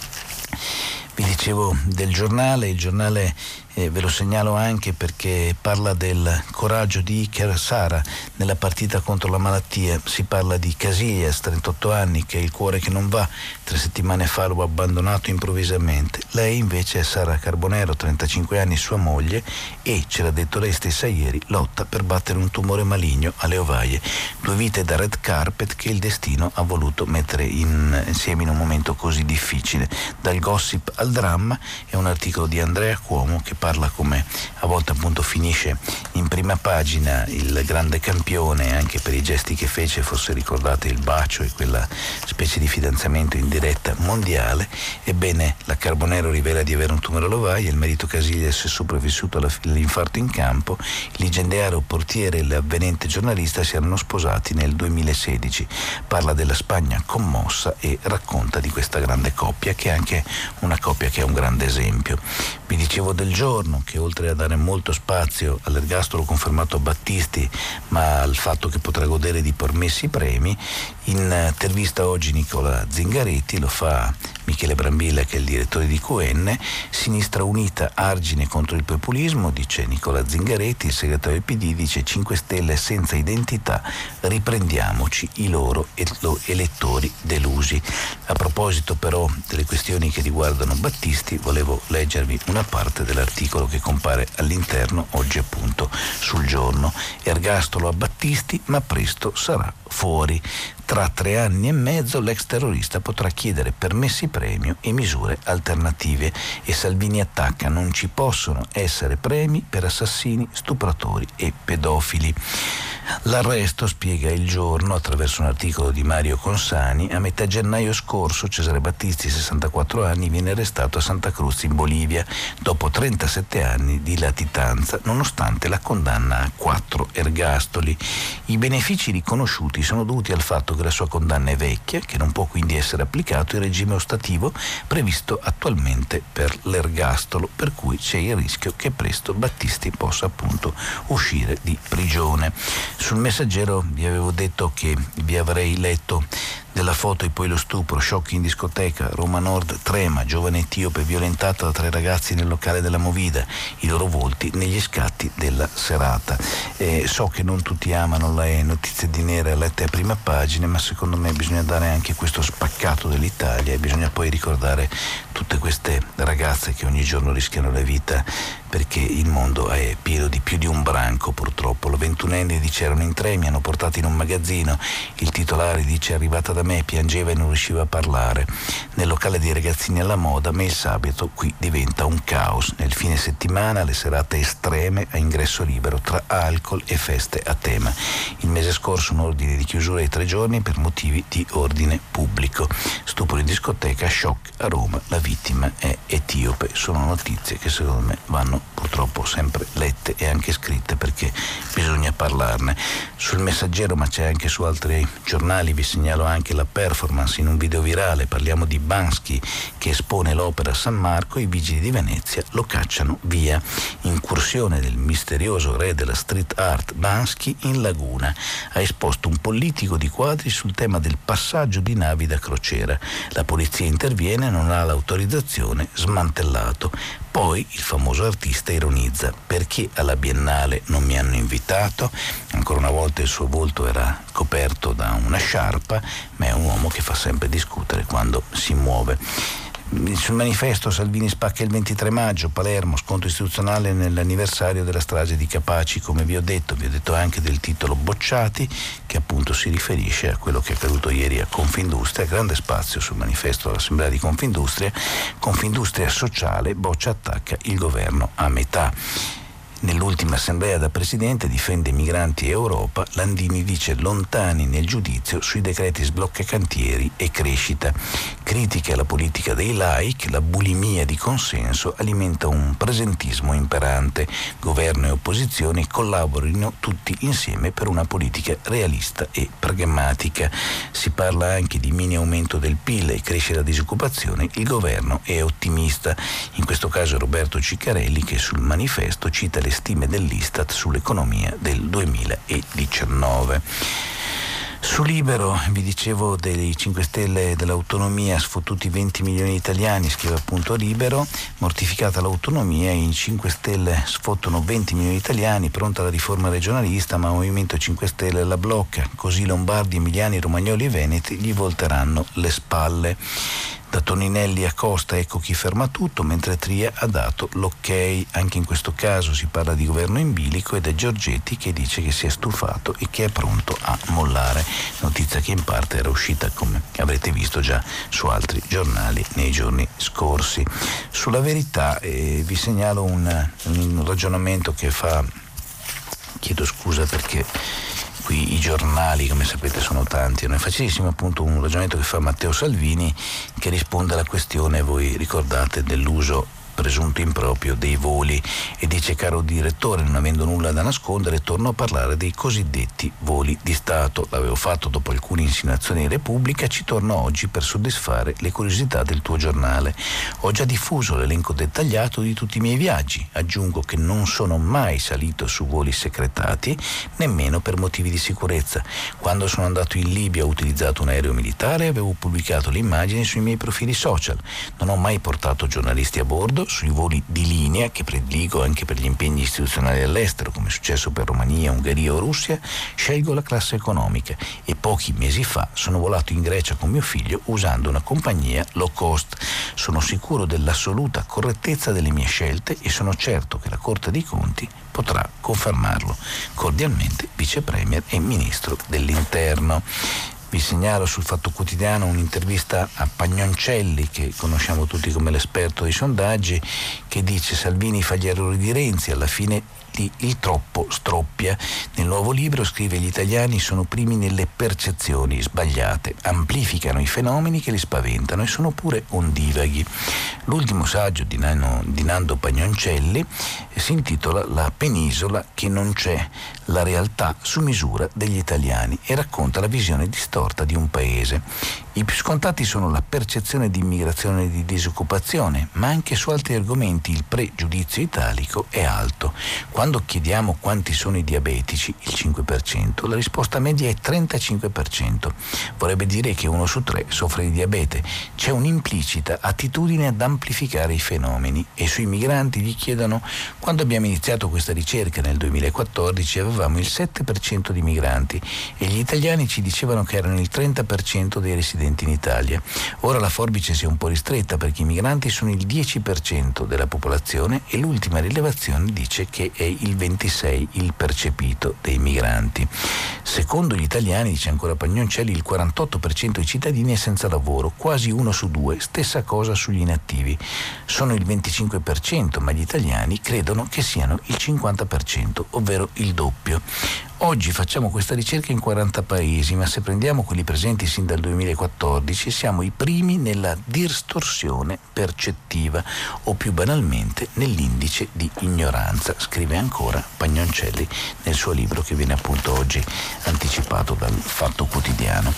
Vi dicevo del giornale, il giornale eh, ve lo segnalo anche perché parla del coraggio di Iker Sara nella partita contro la malattia. Si parla di Casillas, trentotto anni, che ha il cuore che non va, tre settimane fa lo ha abbandonato improvvisamente. Lei invece è Sara Carbonero, trentacinque anni, sua moglie, e, ce l'ha detto lei stessa ieri, lotta per battere un tumore maligno alle ovaie. Due vite da red carpet che il destino ha voluto mettere in, insieme in un momento così difficile. Dal gossip al dramma è un articolo di Andrea Cuomo che parla come a volte appunto finisce in prima pagina il grande campione, anche per i gesti che fece, forse ricordate il bacio e quella specie di fidanzamento in diretta mondiale. Ebbene, la Carbonero rivela di avere un tumore alle ovaie, il marito Casillas è sopravvissuto all'infarto in campo, il leggendario portiere e l'avvenente giornalista si erano sposati nel duemilasedici. Parla della Spagna commossa e racconta di questa grande coppia, che è anche una coppia che è un grande esempio. Vi dicevo del giorno che, oltre a dare molto spazio all'ergastolo confermato a Battisti, ma al fatto che potrà godere di permessi premi, in intervista oggi Nicola Zingaretti, lo fa Michele Brambilla che è il direttore di Q N, Sinistra Unita argine contro il populismo, dice Nicola Zingaretti, il segretario del P D dice cinque Stelle senza identità, riprendiamoci i loro elettori delusi. A proposito però delle questioni che riguardano Battisti, volevo leggervi una parte dell'articolo che compare all'interno oggi appunto sul Giorno. Ergastolo a Battisti, ma presto sarà fuori. Tra tre anni e mezzo l'ex terrorista potrà chiedere permessi premio e misure alternative. E Salvini attacca: non ci possono essere premi per assassini, stupratori e pedofili. L'arresto, spiega il Giorno attraverso un articolo di Mario Consani, a metà gennaio scorso Cesare Battisti, sessantaquattro anni, viene arrestato a Santa Cruz in Bolivia dopo trentasette anni di latitanza, nonostante la condanna a quattro ergastoli. I benefici riconosciuti sono dovuti al fatto che la sua condanna è vecchia, che non può quindi essere applicato il regime ostativo previsto attualmente per l'ergastolo, per cui c'è il rischio che presto Battisti possa appunto uscire di prigione. Sul Messaggero vi avevo detto che vi avrei letto della foto e poi lo stupro, shock in discoteca, Roma Nord trema, giovane etiope violentata da tre ragazzi nel locale della Movida, i loro volti negli scatti della serata. Eh, so che non tutti amano le notizie di nera lette a prima pagina, ma secondo me bisogna dare anche questo spaccato dell'Italia e bisogna poi ricordare tutte queste ragazze che ogni giorno rischiano la vita, perché il mondo è pieno di più di un branco purtroppo. La ventunenne dice erano in tre, mi hanno portato in un magazzino, il titolare dice arrivata da me, piangeva e non riusciva a parlare. Nel locale dei ragazzini alla moda, ma il sabato qui diventa un caos. Nel fine settimana le serate estreme a ingresso libero tra alcol e feste a tema. Il mese scorso un ordine di chiusura di tre giorni per motivi di ordine pubblico. Stupro in discoteca, shock a Roma, la vittima è etiope. Sono notizie che secondo me vanno purtroppo sempre lette e anche scritte, perché bisogna parlarne. Sul Messaggero, ma c'è anche su altri giornali, vi segnalo anche la performance in un video virale. Parliamo di Bansky che espone l'opera a San Marco, i vigili di Venezia lo cacciano via. Incursione del misterioso re della street art Bansky in laguna, ha esposto un politico di quadri sul tema del passaggio di navi da crociera. La polizia interviene, non ha l'autorizzazione, smantellato. Poi il famoso artista ironizza: perché alla Biennale non mi hanno invitato? Ancora una volta il suo volto era coperto da una sciarpa, ma è un uomo che fa sempre discutere quando si muove. Sul Manifesto, Salvini spacca il ventitré maggio, Palermo, scontro istituzionale nell'anniversario della strage di Capaci. Come vi ho detto, vi ho detto anche del titolo bocciati, che appunto si riferisce a quello che è accaduto ieri a Confindustria. Grande spazio sul Manifesto dell'Assemblea di Confindustria. Confindustria sociale, boccia attacca il governo a metà. Nell'ultima assemblea da presidente difende migranti e Europa, Landini dice lontani nel giudizio sui decreti sblocca cantieri e crescita. Critica la politica dei like, la bulimia di consenso alimenta un presentismo imperante. Governo e opposizione collaborino tutti insieme per una politica realista e pragmatica. Si parla anche di mini aumento del P I L e cresce la disoccupazione. Il governo è ottimista. In questo caso Roberto Ciccarelli, che sul Manifesto cita le stime dell'Istat sull'economia del duemiladiciannove. Su Libero vi dicevo dei cinque Stelle dell'autonomia, sfottuti venti milioni di italiani, scrive appunto Libero, mortificata l'autonomia, i cinque Stelle sfottono venti milioni di italiani, pronta la riforma regionalista, ma Movimento cinque Stelle la blocca, così lombardi, emiliani, romagnoli e veneti gli volteranno le spalle. Da Toninelli a Costa ecco chi ferma tutto, mentre Tria ha dato l'ok. Anche in questo caso si parla di governo in bilico ed è Giorgetti che dice che si è stufato e che è pronto a mollare. Notizia che in parte era uscita, come avrete visto già su altri giornali nei giorni scorsi. Sulla Verità eh, vi segnalo un, un ragionamento che fa, chiedo scusa perché qui i giornali, come sapete, sono tanti, non è facilissimo, appunto un ragionamento che fa Matteo Salvini, che risponde alla questione, voi ricordate, dell'uso presunto improprio dei voli, e dice: caro direttore, non avendo nulla da nascondere, torno a parlare dei cosiddetti voli di Stato. L'avevo fatto dopo alcune insinuazioni in Repubblica, ci torno oggi per soddisfare le curiosità del tuo giornale. Ho già diffuso l'elenco dettagliato di tutti i miei viaggi. Aggiungo che non sono mai salito su voli secretati, nemmeno per motivi di sicurezza. Quando sono andato in Libia ho utilizzato un aereo militare e avevo pubblicato le immagini sui miei profili social. Non ho mai portato giornalisti a bordo. Sui voli di linea, che prediligo anche per gli impegni istituzionali all'estero, come è successo per Romania, Ungheria o Russia, scelgo la classe economica, e pochi mesi fa sono volato in Grecia con mio figlio usando una compagnia low cost. Sono sicuro dell'assoluta correttezza delle mie scelte e sono certo che la Corte dei Conti potrà confermarlo. Cordialmente, Vice Premier e Ministro dell'Interno. Vi segnalo sul Fatto Quotidiano un'intervista a Pagnoncelli, che conosciamo tutti come l'esperto dei sondaggi, che dice: Salvini fa gli errori di Renzi, alla fine il troppo stroppia. Nel nuovo libro scrive: gli italiani sono primi nelle percezioni sbagliate, amplificano i fenomeni che li spaventano e sono pure ondivaghi. L'ultimo saggio di, Nano, di Nando Pagnoncelli si intitola La penisola che non c'è, la realtà su misura degli italiani, e racconta la visione distorta di un paese. I più scontati sono la percezione di immigrazione e di disoccupazione, ma anche su altri argomenti il pregiudizio italico è alto. Quando chiediamo quanti sono i diabetici, il cinque per cento, la risposta media è trentacinque per cento. Vorrebbe dire che uno su tre soffre di diabete. C'è un'implicita attitudine ad amplificare i fenomeni, e sui migranti gli chiedono: quando abbiamo iniziato questa ricerca nel duemilaquattordici avevamo il sette per cento di migranti e gli italiani ci dicevano che erano il trenta per cento dei residenti in Italia. Ora la forbice si è un po' ristretta perché i migranti sono il dieci per cento della popolazione e l'ultima rilevazione dice che è il ventisei per cento il percepito dei migranti. Secondo gli italiani, dice ancora Pagnoncelli, il quarantotto per cento dei cittadini è senza lavoro, quasi uno su due, stessa cosa sugli inattivi. Sono il venticinque per cento, ma gli italiani credono che siano il cinquanta per cento, ovvero il doppio. Oggi facciamo questa ricerca in quaranta paesi, ma se prendiamo quelli presenti sin dal duemilaquattordici siamo i primi nella distorsione percettiva, o più banalmente nell'indice di ignoranza, scrive ancora Pagnoncelli nel suo libro che viene appunto oggi anticipato dal Fatto Quotidiano.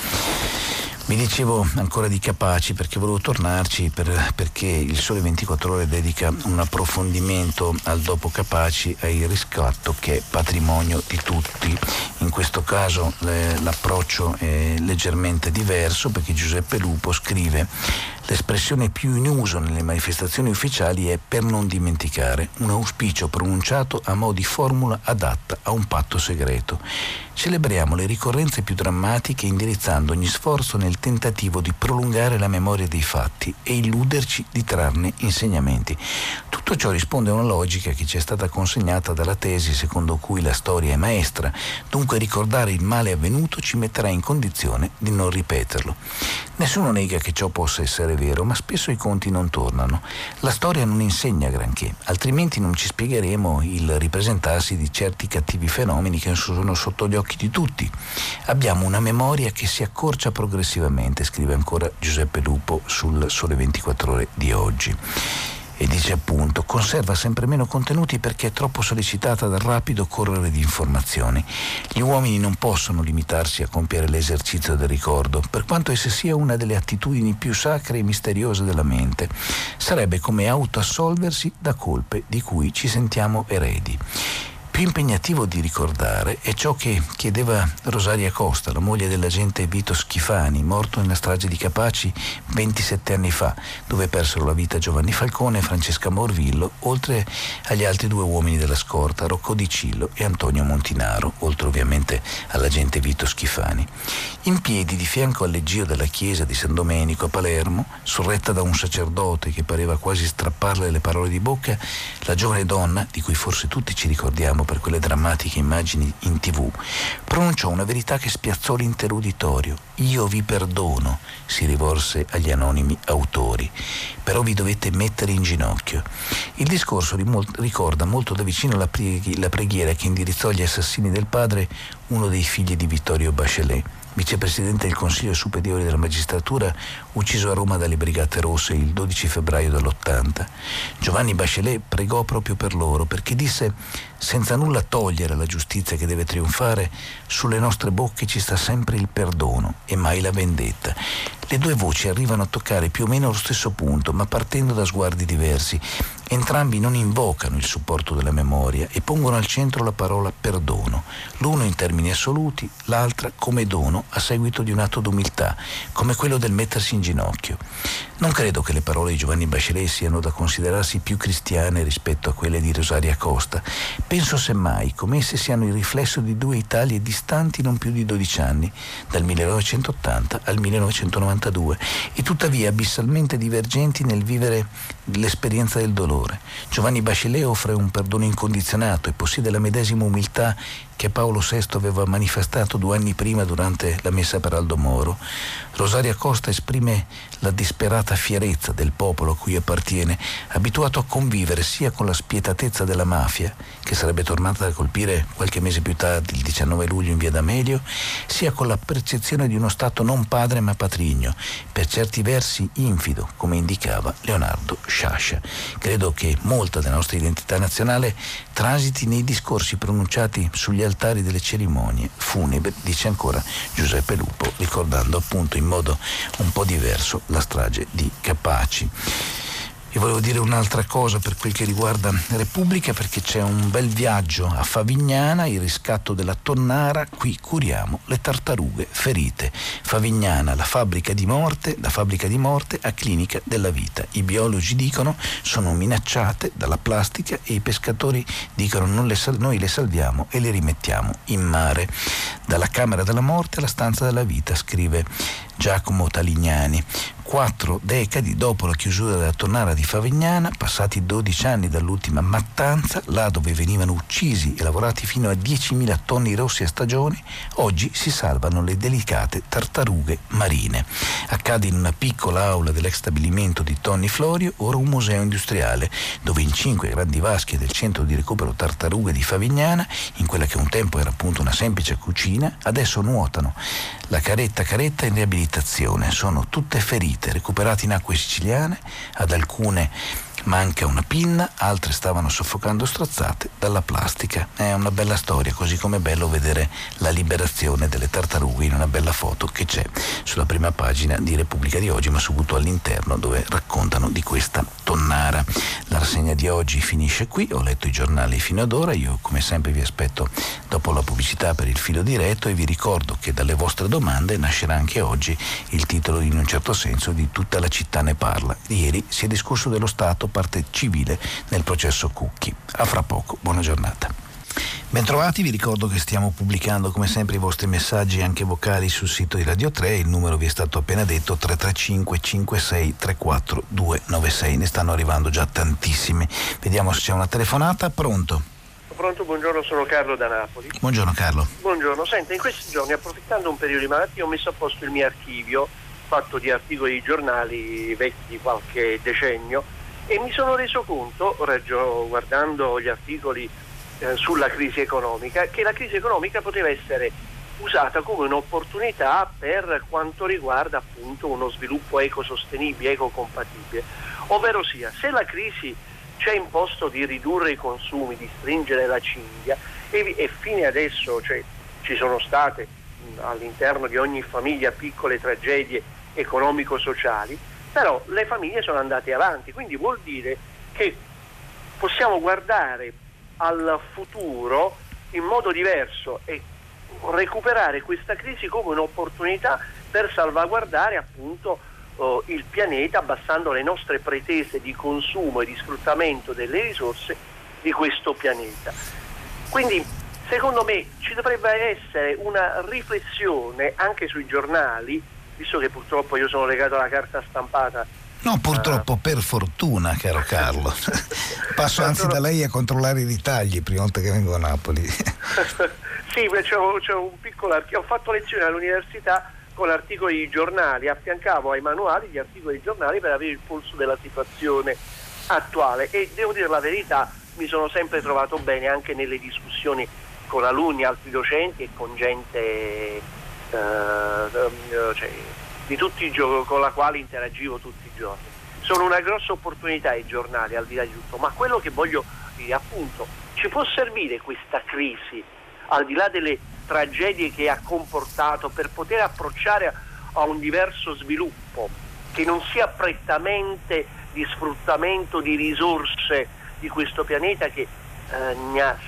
Vi dicevo ancora di Capaci perché volevo tornarci per, perché il Sole ventiquattro Ore dedica un approfondimento al dopo Capaci, al riscatto che è patrimonio di tutti. In questo caso eh, l'approccio è leggermente diverso, perché Giuseppe Lupo scrive: l'espressione più in uso nelle manifestazioni ufficiali è "per non dimenticare", un auspicio pronunciato a mo' di formula adatta a un patto segreto. Celebriamo le ricorrenze più drammatiche indirizzando ogni sforzo nel nel tentativo di prolungare la memoria dei fatti e illuderci di trarne insegnamenti. Tutto ciò risponde a una logica che ci è stata consegnata dalla tesi secondo cui la storia è maestra, dunque ricordare il male avvenuto ci metterà in condizione di non ripeterlo. Nessuno nega che ciò possa essere vero, ma spesso i conti non tornano. La storia non insegna granché, altrimenti non ci spiegheremo il ripresentarsi di certi cattivi fenomeni che sono sotto gli occhi di tutti. Abbiamo una memoria che si accorcia progressivamente, scrive ancora Giuseppe Lupo sul Sole ventiquattro Ore di oggi. E dice appunto, conserva sempre meno contenuti perché è troppo sollecitata dal rapido correre di informazioni. Gli uomini non possono limitarsi a compiere l'esercizio del ricordo, per quanto essa sia una delle attitudini più sacre e misteriose della mente. Sarebbe come autoassolversi da colpe di cui ci sentiamo eredi. Più impegnativo di ricordare è ciò che chiedeva Rosaria Costa, la moglie dell'agente Vito Schifani, morto nella strage di Capaci ventisette anni fa, dove persero la vita Giovanni Falcone e Francesca Morvillo, oltre agli altri due uomini della scorta, Rocco Di Cillo e Antonio Montinaro, oltre ovviamente all'agente Vito Schifani. In piedi di fianco al leggio della chiesa di San Domenico a Palermo, sorretta da un sacerdote che pareva quasi strapparle le parole di bocca, la giovane donna, di cui forse tutti ci ricordiamo per quelle drammatiche immagini in tv, pronunciò una verità che spiazzò l'intero uditorio. Io vi perdono, si rivolse agli anonimi autori, però vi dovete mettere in ginocchio. Il discorso ricorda molto da vicino la, preghi- la preghiera che indirizzò agli assassini del padre uno dei figli di Vittorio Bachelet, vicepresidente del Consiglio Superiore della Magistratura, ucciso a Roma dalle Brigate Rosse il dodici febbraio dell'ottanta. Giovanni Bachelet pregò proprio per loro, perché disse: senza nulla togliere alla giustizia che deve trionfare, sulle nostre bocche ci sta sempre il perdono e mai la vendetta. Le due voci arrivano a toccare più o meno lo stesso punto, ma partendo da sguardi diversi. Entrambi non invocano il supporto della memoria e pongono al centro la parola perdono, l'uno in termini assoluti, l'altra come dono a seguito di un atto d'umiltà, come quello del mettersi in ginocchio. Non credo che le parole di Giovanni Bachelet siano da considerarsi più cristiane rispetto a quelle di Rosaria Costa. Penso semmai come esse siano il riflesso di due Italie distanti non più di dodici anni, dal millenovecentottanta al millenovecentonovantadue, e tuttavia abissalmente divergenti nel vivere l'esperienza del dolore. Giovanni Bachelet offre un perdono incondizionato e possiede la medesima umiltà che Paolo sesto aveva manifestato due anni prima durante la messa per Aldo Moro. Rosaria Costa esprime la disperata fierezza del popolo a cui appartiene, abituato a convivere sia con la spietatezza della mafia, che sarebbe tornata a colpire qualche mese più tardi, il diciannove luglio in via D'Amelio, sia con la percezione di uno Stato non padre ma patrigno, per certi versi infido, come indicava Leonardo Sciascia. Credo che molta della nostra identità nazionale transiti nei discorsi pronunciati sugli altari delle cerimonie funebri, dice ancora Giuseppe Lupo, ricordando appunto in modo un po' diverso la strage di Capaci. Io volevo dire un'altra cosa per quel che riguarda Repubblica, perché c'è un bel viaggio a Favignana, il riscatto della tonnara, qui curiamo le tartarughe ferite. Favignana, la fabbrica di morte, la fabbrica di morte a clinica della vita. I biologi dicono sono minacciate dalla plastica e i pescatori dicono non le sal- noi le salviamo e le rimettiamo in mare. Dalla camera della morte alla stanza della vita, scrive Giacomo Talignani. Quattro decadi dopo la chiusura della tonnara di Favignana, passati dodici anni dall'ultima mattanza, là dove venivano uccisi e lavorati fino a diecimila tonni rossi a stagione, oggi si salvano le delicate tartarughe marine. Accade in una piccola aula dell'ex stabilimento di Tonni Florio, ora un museo industriale, dove in cinque grandi vasche del centro di recupero tartarughe di Favignana, in quella che un tempo era appunto una semplice cucina, adesso nuotano. La caretta caretta in riabilitazione, sono tutte ferite, recuperate in acque siciliane, ad alcune manca una pinna, altre stavano soffocando strozzate dalla plastica. È una bella storia, così come è bello vedere la liberazione delle tartarughe in una bella foto che c'è sulla prima pagina di Repubblica di oggi, ma soprattutto all'interno, dove raccontano di questa tonnara. La rassegna di oggi finisce qui, ho letto i giornali fino ad ora, io come sempre vi aspetto dopo la pubblicità per il filo diretto e vi ricordo che dalle vostre domande nascerà anche oggi il titolo in un certo senso di Tutta la città ne parla. Ieri si è discusso dello Stato parte civile nel processo Cucchi. A fra poco, buona giornata. Bentrovati, vi ricordo che stiamo pubblicando come sempre i vostri messaggi anche vocali sul sito di Radio tre, il numero vi è stato appena detto tre tre cinque cinque sei tre quattro due nove sei, ne stanno arrivando già tantissimi. Vediamo se c'è una telefonata. Pronto? Pronto, buongiorno, sono Carlo da Napoli. Buongiorno Carlo. Buongiorno, senta, in questi giorni, approfittando un periodo di malattia, ho messo a posto il mio archivio fatto di articoli di giornali vecchi di qualche decennio e mi sono reso conto, raggio, guardando gli articoli eh, sulla crisi economica, che la crisi economica poteva essere usata come un'opportunità per quanto riguarda appunto uno sviluppo ecosostenibile, ecocompatibile. Ovvero sia, se la crisi ci ha imposto di ridurre i consumi, di stringere la cinghia e, e fino adesso cioè, ci sono state mh, all'interno di ogni famiglia piccole tragedie economico-sociali, però le famiglie sono andate avanti, quindi vuol dire che possiamo guardare al futuro in modo diverso e recuperare questa crisi come un'opportunità per salvaguardare appunto uh, il pianeta, abbassando le nostre pretese di consumo e di sfruttamento delle risorse di questo pianeta. Quindi secondo me ci dovrebbe essere una riflessione anche sui giornali, visto che purtroppo io sono legato alla carta stampata. No, purtroppo, uh, per fortuna, caro Carlo. Passo anzi da lei a controllare i ritagli prima volta che vengo a Napoli. Sì, c'è, c'è un piccolo archivio. Ho fatto lezioni all'università con articoli di giornali, affiancavo ai manuali gli articoli di giornali per avere il polso della situazione attuale e devo dire la verità, mi sono sempre trovato bene anche nelle discussioni con alunni, altri docenti e con gente Uh, cioè, di tutti i giorni con la quale interagivo tutti i giorni. Sono una grossa opportunità i giornali al di là di tutto, ma quello che voglio dire appunto, ci può servire questa crisi al di là delle tragedie che ha comportato per poter approcciare a, a un diverso sviluppo che non sia prettamente di sfruttamento di risorse di questo pianeta che eh, ne ha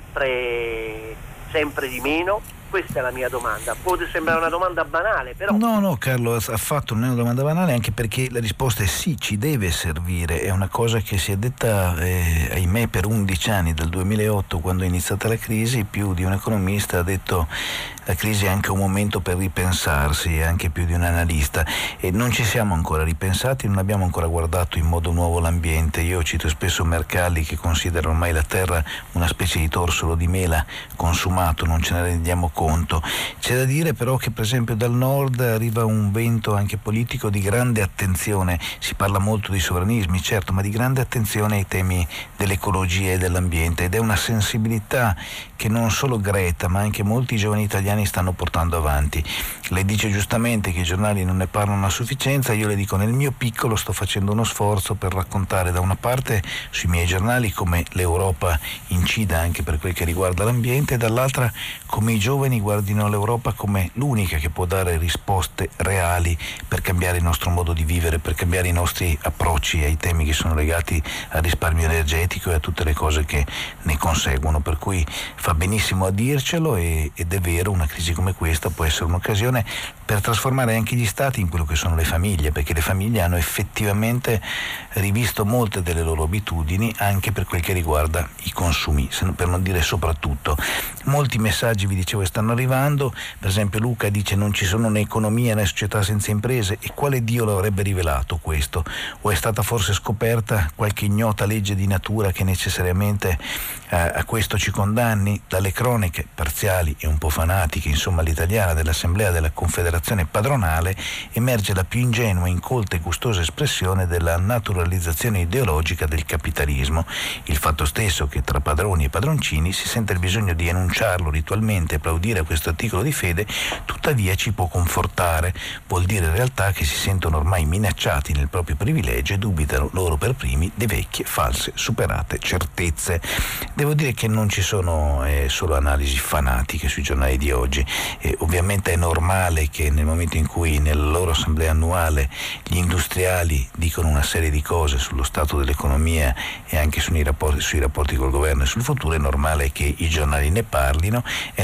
sempre sempre di meno. Questa è la mia domanda. Può sembrare una domanda banale, però... No, no, Carlo, affatto non è una domanda banale, anche perché la risposta è sì, ci deve servire. È una cosa che si è detta, eh, ahimè, per undici anni, dal duemilaotto, quando è iniziata la crisi, più di un economista ha detto la crisi è anche un momento per ripensarsi, anche più di un analista. E non ci siamo ancora ripensati, non abbiamo ancora guardato in modo nuovo l'ambiente. Io cito spesso Mercalli, che considera ormai la Terra una specie di torsolo di mela consumato, non ce ne rendiamo conto. Conto. C'è da dire però che per esempio dal nord arriva un vento anche politico di grande attenzione, si parla molto di sovranismi certo, ma di grande attenzione ai temi dell'ecologia e dell'ambiente, ed è una sensibilità che non solo Greta ma anche molti giovani italiani stanno portando avanti. Lei dice giustamente che i giornali non ne parlano a sufficienza, io le dico nel mio piccolo sto facendo uno sforzo per raccontare da una parte sui miei giornali come l'Europa incida anche per quel che riguarda l'ambiente e dall'altra come i giovani guardino l'Europa come l'unica che può dare risposte reali per cambiare il nostro modo di vivere, per cambiare i nostri approcci ai temi che sono legati al risparmio energetico e a tutte le cose che ne conseguono, per cui fa benissimo a dircelo e, ed è vero, una crisi come questa può essere un'occasione per trasformare anche gli stati in quello che sono le famiglie, perché le famiglie hanno effettivamente rivisto molte delle loro abitudini anche per quel che riguarda i consumi, per non dire soprattutto. Molti messaggi, vi dicevo, stanno arrivando. Per esempio Luca dice non ci sono né economia né società senza imprese, e quale Dio lo avrebbe rivelato questo? O è stata forse scoperta qualche ignota legge di natura che necessariamente eh, a questo ci condanni? Dalle croniche parziali e un po' fanatiche, insomma l'italiana, dell'Assemblea della Confederazione Padronale emerge la più ingenua, incolta e gustosa espressione della naturalizzazione ideologica del capitalismo, il fatto stesso che tra padroni e padroncini si sente il bisogno di enunciarlo ritualmente, applaudire a questo articolo di fede, tuttavia ci può confortare. Vuol dire in realtà che si sentono ormai minacciati nel proprio privilegio e dubitano loro per primi di vecchie, false, superate certezze. Devo dire che non ci sono eh, solo analisi fanatiche sui giornali di oggi. Eh, ovviamente è normale che nel momento in cui nella loro assemblea annuale gli industriali dicono una serie di cose sullo stato dell'economia e anche sui rapporti, sui rapporti col governo e sul futuro, è normale che i giornali ne parlino, è normale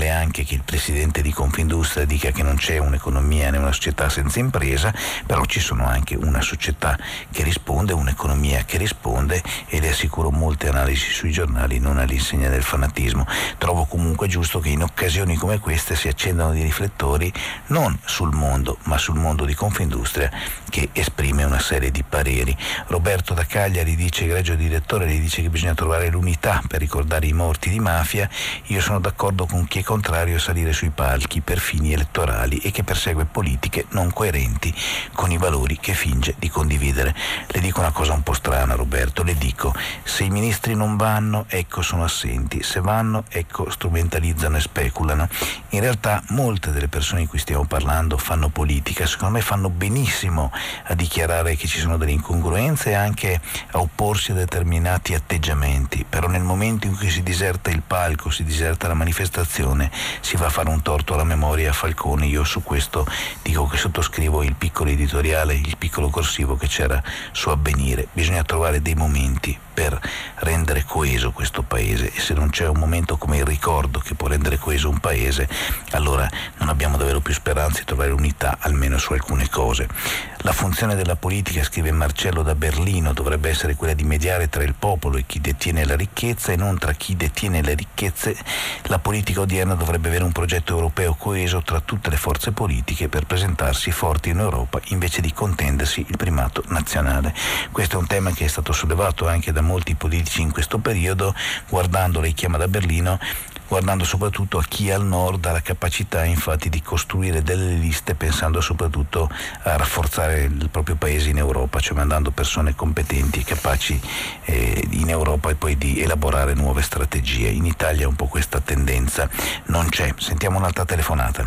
normale anche che il presidente di Confindustria dica che non c'è un'economia né una società senza impresa, però ci sono anche una società che risponde, un'economia che risponde, e le assicuro molte analisi sui giornali non all'insegna del fanatismo. Trovo comunque giusto che in occasioni come queste si accendano dei riflettori non sul mondo ma sul mondo di Confindustria, che esprime una serie di pareri. Roberto da Cagliari dice: egregio direttore, gli dice che bisogna trovare l'unità per ricordare i morti di mafia. Io sono d'accordo con chi è contrario a salire sui palchi per fini elettorali e che persegue politiche non coerenti con i valori che finge di condividere. Le dico una cosa un po' strana, Roberto, le dico: se i ministri non vanno, ecco sono assenti, se vanno, ecco strumentalizzano e speculano. In realtà molte delle persone di cui stiamo parlando fanno politica, secondo me fanno benissimo a dichiarare che ci sono delle incongruenze e anche a opporsi a determinati atteggiamenti, però nel momento in cui si diserta il palco, si diserta la manifestazione, si va a fare un torto alla memoria a Falcone. Io su questo dico che sottoscrivo il piccolo editoriale, il piccolo corsivo che c'era su Avvenire. Bisogna trovare dei momenti per rendere coeso questo paese, e se non c'è un momento come il ricordo che può rendere coeso un paese, allora non abbiamo davvero più speranze di trovare unità, almeno su alcune cose. La funzione della politica, scrive Marcello da Berlino, dovrebbe essere quella di mediare tra il popolo e chi detiene la ricchezza e non tra chi detiene le ricchezze. La politica odierna dovrebbe avere un progetto europeo coeso tra tutte le forze politiche per presentarsi forti in Europa invece di contendersi il primato nazionale. Questo è un tema che è stato sollevato anche da molti politici in questo periodo, guardando, lei chiama da Berlino, guardando soprattutto a chi al nord ha la capacità infatti di costruire delle liste pensando soprattutto a rafforzare il proprio paese in Europa, cioè mandando persone competenti e capaci eh, in Europa e poi di elaborare nuove strategie. In Italia un po' questa tendenza non c'è. Sentiamo un'altra telefonata.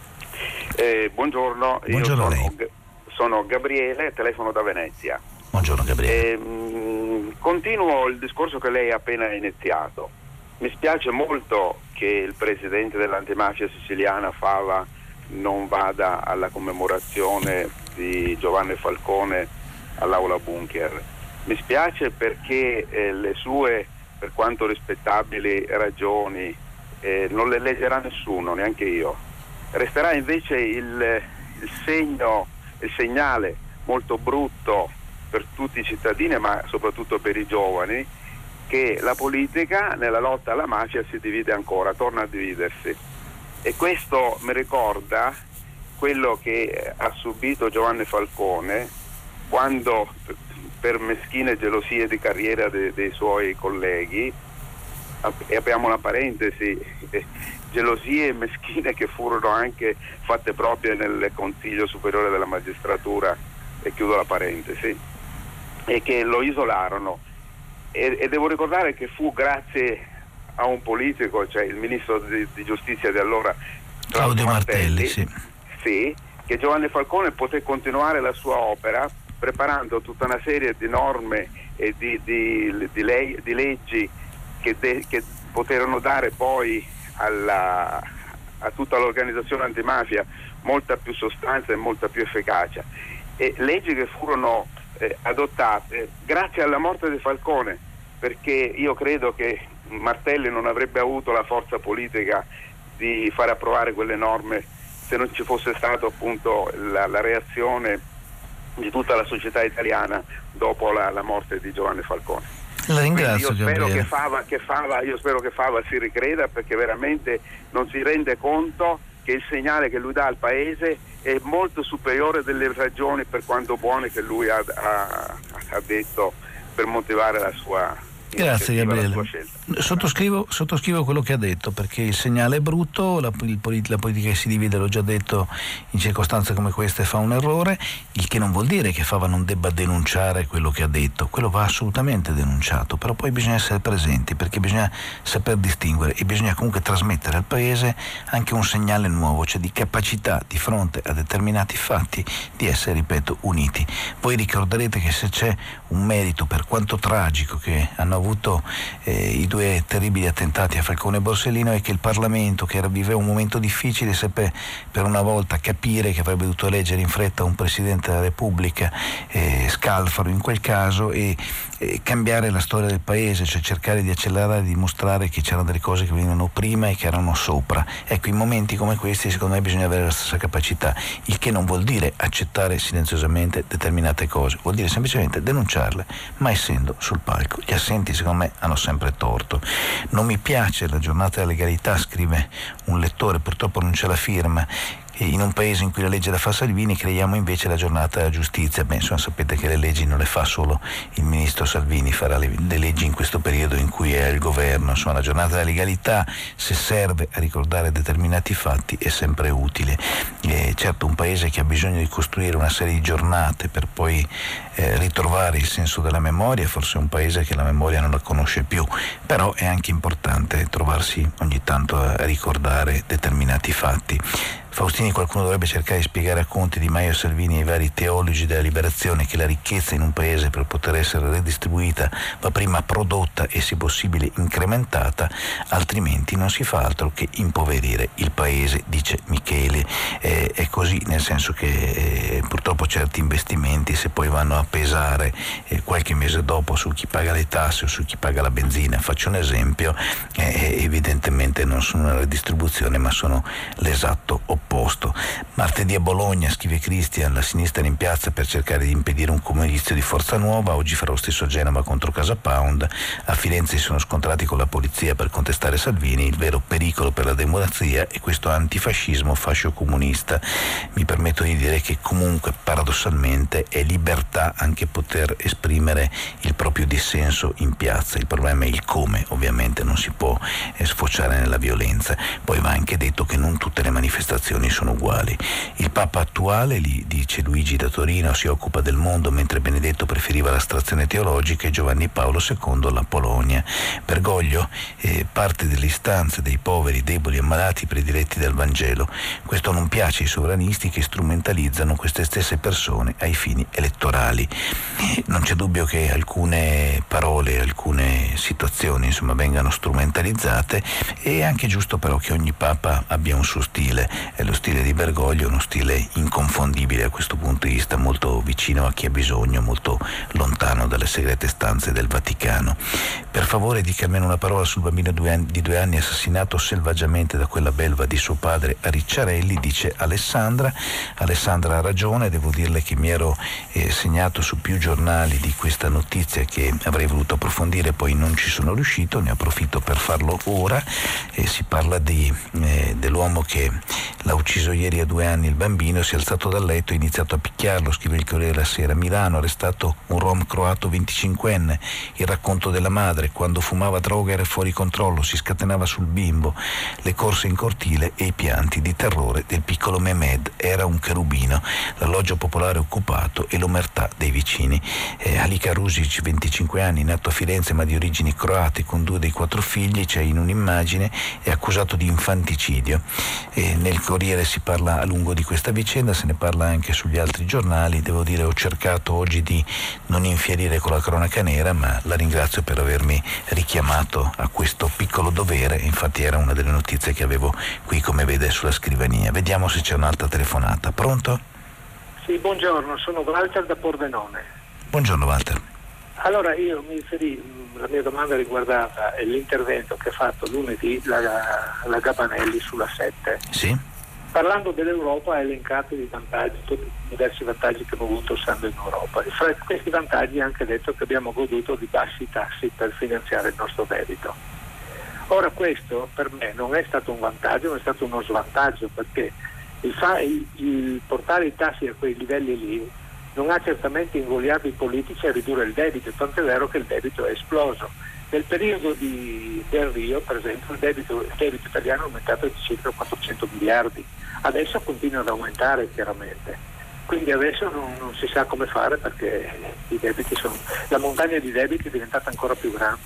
Eh, buongiorno, buongiorno io sono, lei. sono Gabriele, telefono da Venezia. Buongiorno Gabriele. Eh, mh, continuo il discorso che lei ha appena iniziato. Mi spiace molto che il presidente dell'antimafia siciliana Fava non vada alla commemorazione di Giovanni Falcone all'Aula Bunker. Mi spiace perché eh, le sue, per quanto rispettabili, ragioni eh, non le leggerà nessuno, neanche io. Resterà invece il, il segno, il segnale molto brutto per tutti i cittadini, ma soprattutto per i giovani, che la politica nella lotta alla mafia si divide ancora, torna a dividersi. E questo mi ricorda quello che ha subito Giovanni Falcone quando, per meschine gelosie di carriera de, dei suoi colleghi, e apriamo una parentesi, gelosie meschine che furono anche fatte proprie nel Consiglio Superiore della Magistratura, e chiudo la parentesi, e che lo isolarono. E, e devo ricordare che fu grazie a un politico, cioè il ministro di, di giustizia di allora, Claudio Martelli, sì. sì, che Giovanni Falcone poté continuare la sua opera preparando tutta una serie di norme e di, di, di, lei, di leggi che, de, che poterono dare poi alla, a tutta l'organizzazione antimafia molta più sostanza e molta più efficacia, e leggi che furono eh, adottate grazie alla morte di Falcone, perché io credo che Martelli non avrebbe avuto la forza politica di fare approvare quelle norme se non ci fosse stata appunto la, la reazione di tutta la società italiana dopo la, la morte di Giovanni Falcone. La ringrazio, io spero Gabriele. che Fava, che Fava, io spero che Fava si ricreda, perché veramente non si rende conto che il segnale che lui dà al paese è molto superiore delle ragioni, per quanto buone, che lui ha, ha, ha detto per motivare la sua. Grazie Gabriele. Sottoscrivo, sottoscrivo quello che ha detto, perché il segnale è brutto, la, il, la politica che si divide, l'ho già detto, in circostanze come queste fa un errore, il che non vuol dire che Fava non debba denunciare quello che ha detto, quello va assolutamente denunciato, però poi bisogna essere presenti, perché bisogna saper distinguere e bisogna comunque trasmettere al paese anche un segnale nuovo, cioè di capacità di fronte a determinati fatti di essere, ripeto, uniti. Voi ricorderete che se c'è un merito, per quanto tragico, che hanno avuto eh, i due terribili attentati a Falcone e Borsellino, è che il Parlamento, che era, viveva un momento difficile, seppe per una volta capire che avrebbe dovuto eleggere in fretta un Presidente della Repubblica, eh, Scalfaro in quel caso, e eh, cambiare la storia del paese, cioè cercare di accelerare e dimostrare che c'erano delle cose che venivano prima e che erano sopra. Ecco, in momenti come questi secondo me bisogna avere la stessa capacità, il che non vuol dire accettare silenziosamente determinate cose, vuol dire semplicemente denunciarle, ma essendo sul palco. Gli assenti secondo me hanno sempre torto. Non mi piace la giornata della legalità, scrive un lettore, purtroppo non c'è la firma. In un paese in cui la legge la fa Salvini creiamo invece la giornata della giustizia. Beh, insomma, sapete che le leggi non le fa solo il ministro Salvini, farà le, le leggi in questo periodo in cui è al governo. Insomma, la giornata della legalità, se serve a ricordare determinati fatti, è sempre utile. E certo, un paese che ha bisogno di costruire una serie di giornate per poi eh, ritrovare il senso della memoria, forse è un paese che la memoria non la conosce più, però è anche importante trovarsi ogni tanto a ricordare determinati fatti. Faustini, qualcuno dovrebbe cercare di spiegare a Conte, Di Maio e Salvini e ai vari teologi della liberazione che la ricchezza in un paese, per poter essere redistribuita, va prima prodotta e se possibile incrementata, altrimenti non si fa altro che impoverire il paese, dice Michele. Eh, è così, nel senso che eh, purtroppo certi investimenti, se poi vanno a pesare eh, qualche mese dopo su chi paga le tasse o su chi paga la benzina, faccio un esempio, eh, evidentemente non sono una redistribuzione ma sono l'esatto opposto. Posto. Martedì a Bologna, scrive Cristian, la sinistra è in piazza per cercare di impedire un comizio di Forza Nuova. Oggi farà lo stesso a Genova contro Casa Pound. A Firenze si sono scontrati con la polizia per contestare Salvini. Il vero pericolo per la democrazia è questo antifascismo fascio-comunista. Mi permetto di dire che comunque paradossalmente è libertà anche poter esprimere il proprio dissenso in piazza. Il problema è il come, ovviamente non si può eh, sfociare nella violenza. Poi va anche detto che non tutte le manifestazioni sono uguali. Il Papa attuale, lì, dice Luigi da Torino, si occupa del mondo mentre Benedetto preferiva l'astrazione teologica e Giovanni Paolo secondo la Polonia. Bergoglio eh, parte delle istanze dei poveri, deboli e malati prediletti dal Vangelo. Questo non piace ai sovranisti che strumentalizzano queste stesse persone ai fini elettorali. Non c'è dubbio che alcune parole, alcune situazioni insomma vengano strumentalizzate, e è anche giusto però che ogni Papa abbia un suo stile. Lo stile di Bergoglio è uno stile inconfondibile a questo punto di vista, molto vicino a chi ha bisogno, molto lontano dalle segrete stanze del Vaticano. Per favore dica almeno una parola sul bambino di due anni assassinato selvaggiamente da quella belva di suo padre a Ricciarelli, dice Alessandra. Alessandra ha ragione, devo dirle che mi ero eh, segnato su più giornali di questa notizia che avrei voluto approfondire, poi non ci sono riuscito, ne approfitto per farlo ora. Eh, si parla di, eh, dell'uomo che l'ha ucciso ieri a due anni il bambino, si è alzato dal letto e ha iniziato a picchiarlo, scrive il Corriere della Sera. Milano, arrestato un rom croato venticinquenne, il racconto della madre: quando fumava droga era fuori controllo, si scatenava sul bimbo, le corse in cortile e i pianti di terrore del piccolo Mehmed, era un cherubino, l'alloggio popolare occupato e l'omertà dei vicini. Eh, Alika Rusic, venticinque anni, nato a Firenze ma di origini croate, con due dei quattro figli, c'è in un'immagine, è accusato di infanticidio. E nel Corriere si parla a lungo di questa vicenda, se ne parla anche sugli altri giornali. Devo dire, ho cercato oggi di non infierire con la cronaca nera, ma la ringrazio per avermi richiamato a questo piccolo dovere. Infatti era una delle notizie che avevo qui, come vede, sulla scrivania. Vediamo se c'è un'altra telefonata. Pronto? Sì, buongiorno, sono Walter da Pordenone. Buongiorno Walter. Allora, io mi riferi, la mia domanda riguardava l'intervento che ha fatto lunedì la, la Gabanelli sulla sette. Sì. Parlando dell'Europa ha elencato i vantaggi, tutti i diversi vantaggi che abbiamo avuto stando in Europa. E fra questi vantaggi ha anche detto che abbiamo goduto di bassi tassi per finanziare il nostro debito. Ora questo per me non è stato un vantaggio, ma è stato uno svantaggio, perché il, fa, il, il portare i tassi a quei livelli lì non ha certamente invogliato i politici a ridurre il debito, tanto è vero che il debito è esploso. Nel periodo di Del Rio, per esempio, il debito, il debito italiano è aumentato di circa quattrocento miliardi, adesso continua ad aumentare chiaramente, quindi adesso non, non si sa come fare, perché i debiti sono, la montagna di debiti è diventata ancora più grande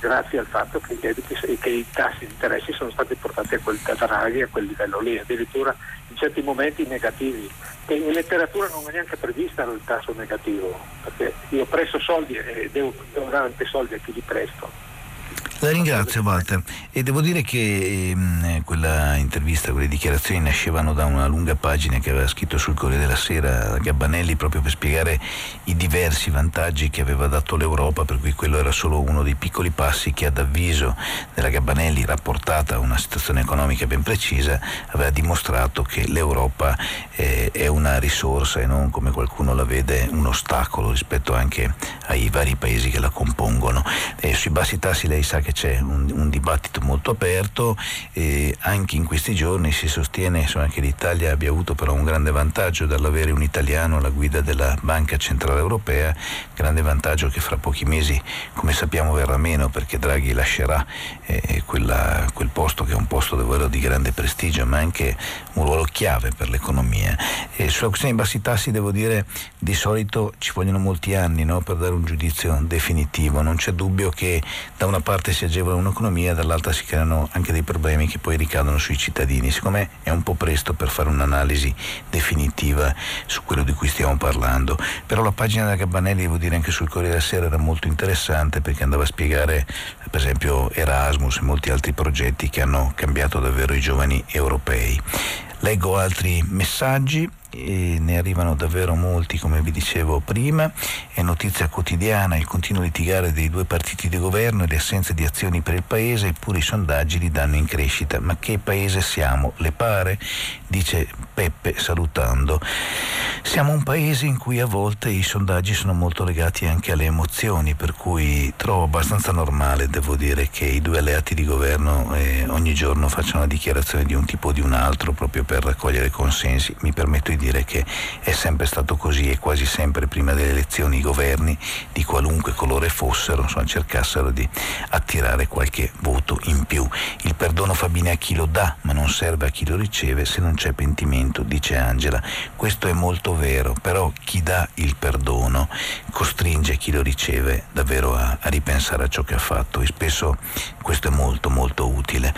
grazie al fatto che i, debiti, che i tassi di interessi sono stati portati a quel, da Draghi a quel livello lì, addirittura in certi momenti negativi. E in letteratura non è neanche prevista il tasso negativo, perché io presto soldi e devo, devo dare anche soldi a chi li presto. La ringrazio Walter, e devo dire che ehm, quella intervista, quelle dichiarazioni nascevano da una lunga pagina che aveva scritto sul Corriere della Sera Gabbanelli, proprio per spiegare i diversi vantaggi che aveva dato l'Europa, per cui quello era solo uno dei piccoli passi che, ad avviso della Gabbanelli, rapportata a una situazione economica ben precisa, aveva dimostrato che l'Europa eh, è una risorsa e non, come qualcuno la vede, un ostacolo rispetto anche ai vari paesi che la compongono. E sui bassi tassi lei sa che c'è un, un dibattito molto aperto, e anche in questi giorni si sostiene insomma, che l'Italia abbia avuto però un grande vantaggio dall'avere un italiano alla guida della Banca Centrale Europea, grande vantaggio che fra pochi mesi, come sappiamo, verrà meno, perché Draghi lascerà eh, quella, quel posto che è un posto davvero di grande prestigio, ma anche un ruolo chiave per l'economia. E sulla questione dei bassi tassi devo dire, di solito ci vogliono molti anni, no, per dare un giudizio definitivo. Non c'è dubbio che da una parte si agevola un'economia, dall'altra si creano anche dei problemi che poi ricadono sui cittadini. Secondo me è un po' presto per fare un'analisi definitiva su quello di cui stiamo parlando, però la pagina della Gabbanelli, devo dire, anche sul Corriere della Sera era molto interessante, perché andava a spiegare per esempio Erasmus e molti altri progetti che hanno cambiato davvero i giovani europei. Leggo altri messaggi. E ne arrivano davvero molti, come vi dicevo prima. È notizia quotidiana il continuo litigare dei due partiti di governo e le assenze di azioni per il paese, eppure i sondaggi li danno in crescita. Ma che paese siamo? Le pare? Dice Peppe salutando. Siamo un paese in cui a volte i sondaggi sono molto legati anche alle emozioni, per cui trovo abbastanza normale, devo dire, che i due alleati di governo eh, ogni giorno facciano una dichiarazione di un tipo o di un altro, proprio per raccogliere consensi. Mi permetto di dire che è sempre stato così, e quasi sempre prima delle elezioni i governi di qualunque colore fossero insomma, cercassero di attirare qualche voto in più. Il perdono fa bene a chi lo dà, ma non serve a chi lo riceve se non c'è pentimento, dice Angela. Questo è molto vero, però chi dà il perdono costringe chi lo riceve davvero a, a ripensare a ciò che ha fatto, e spesso questo è molto molto utile.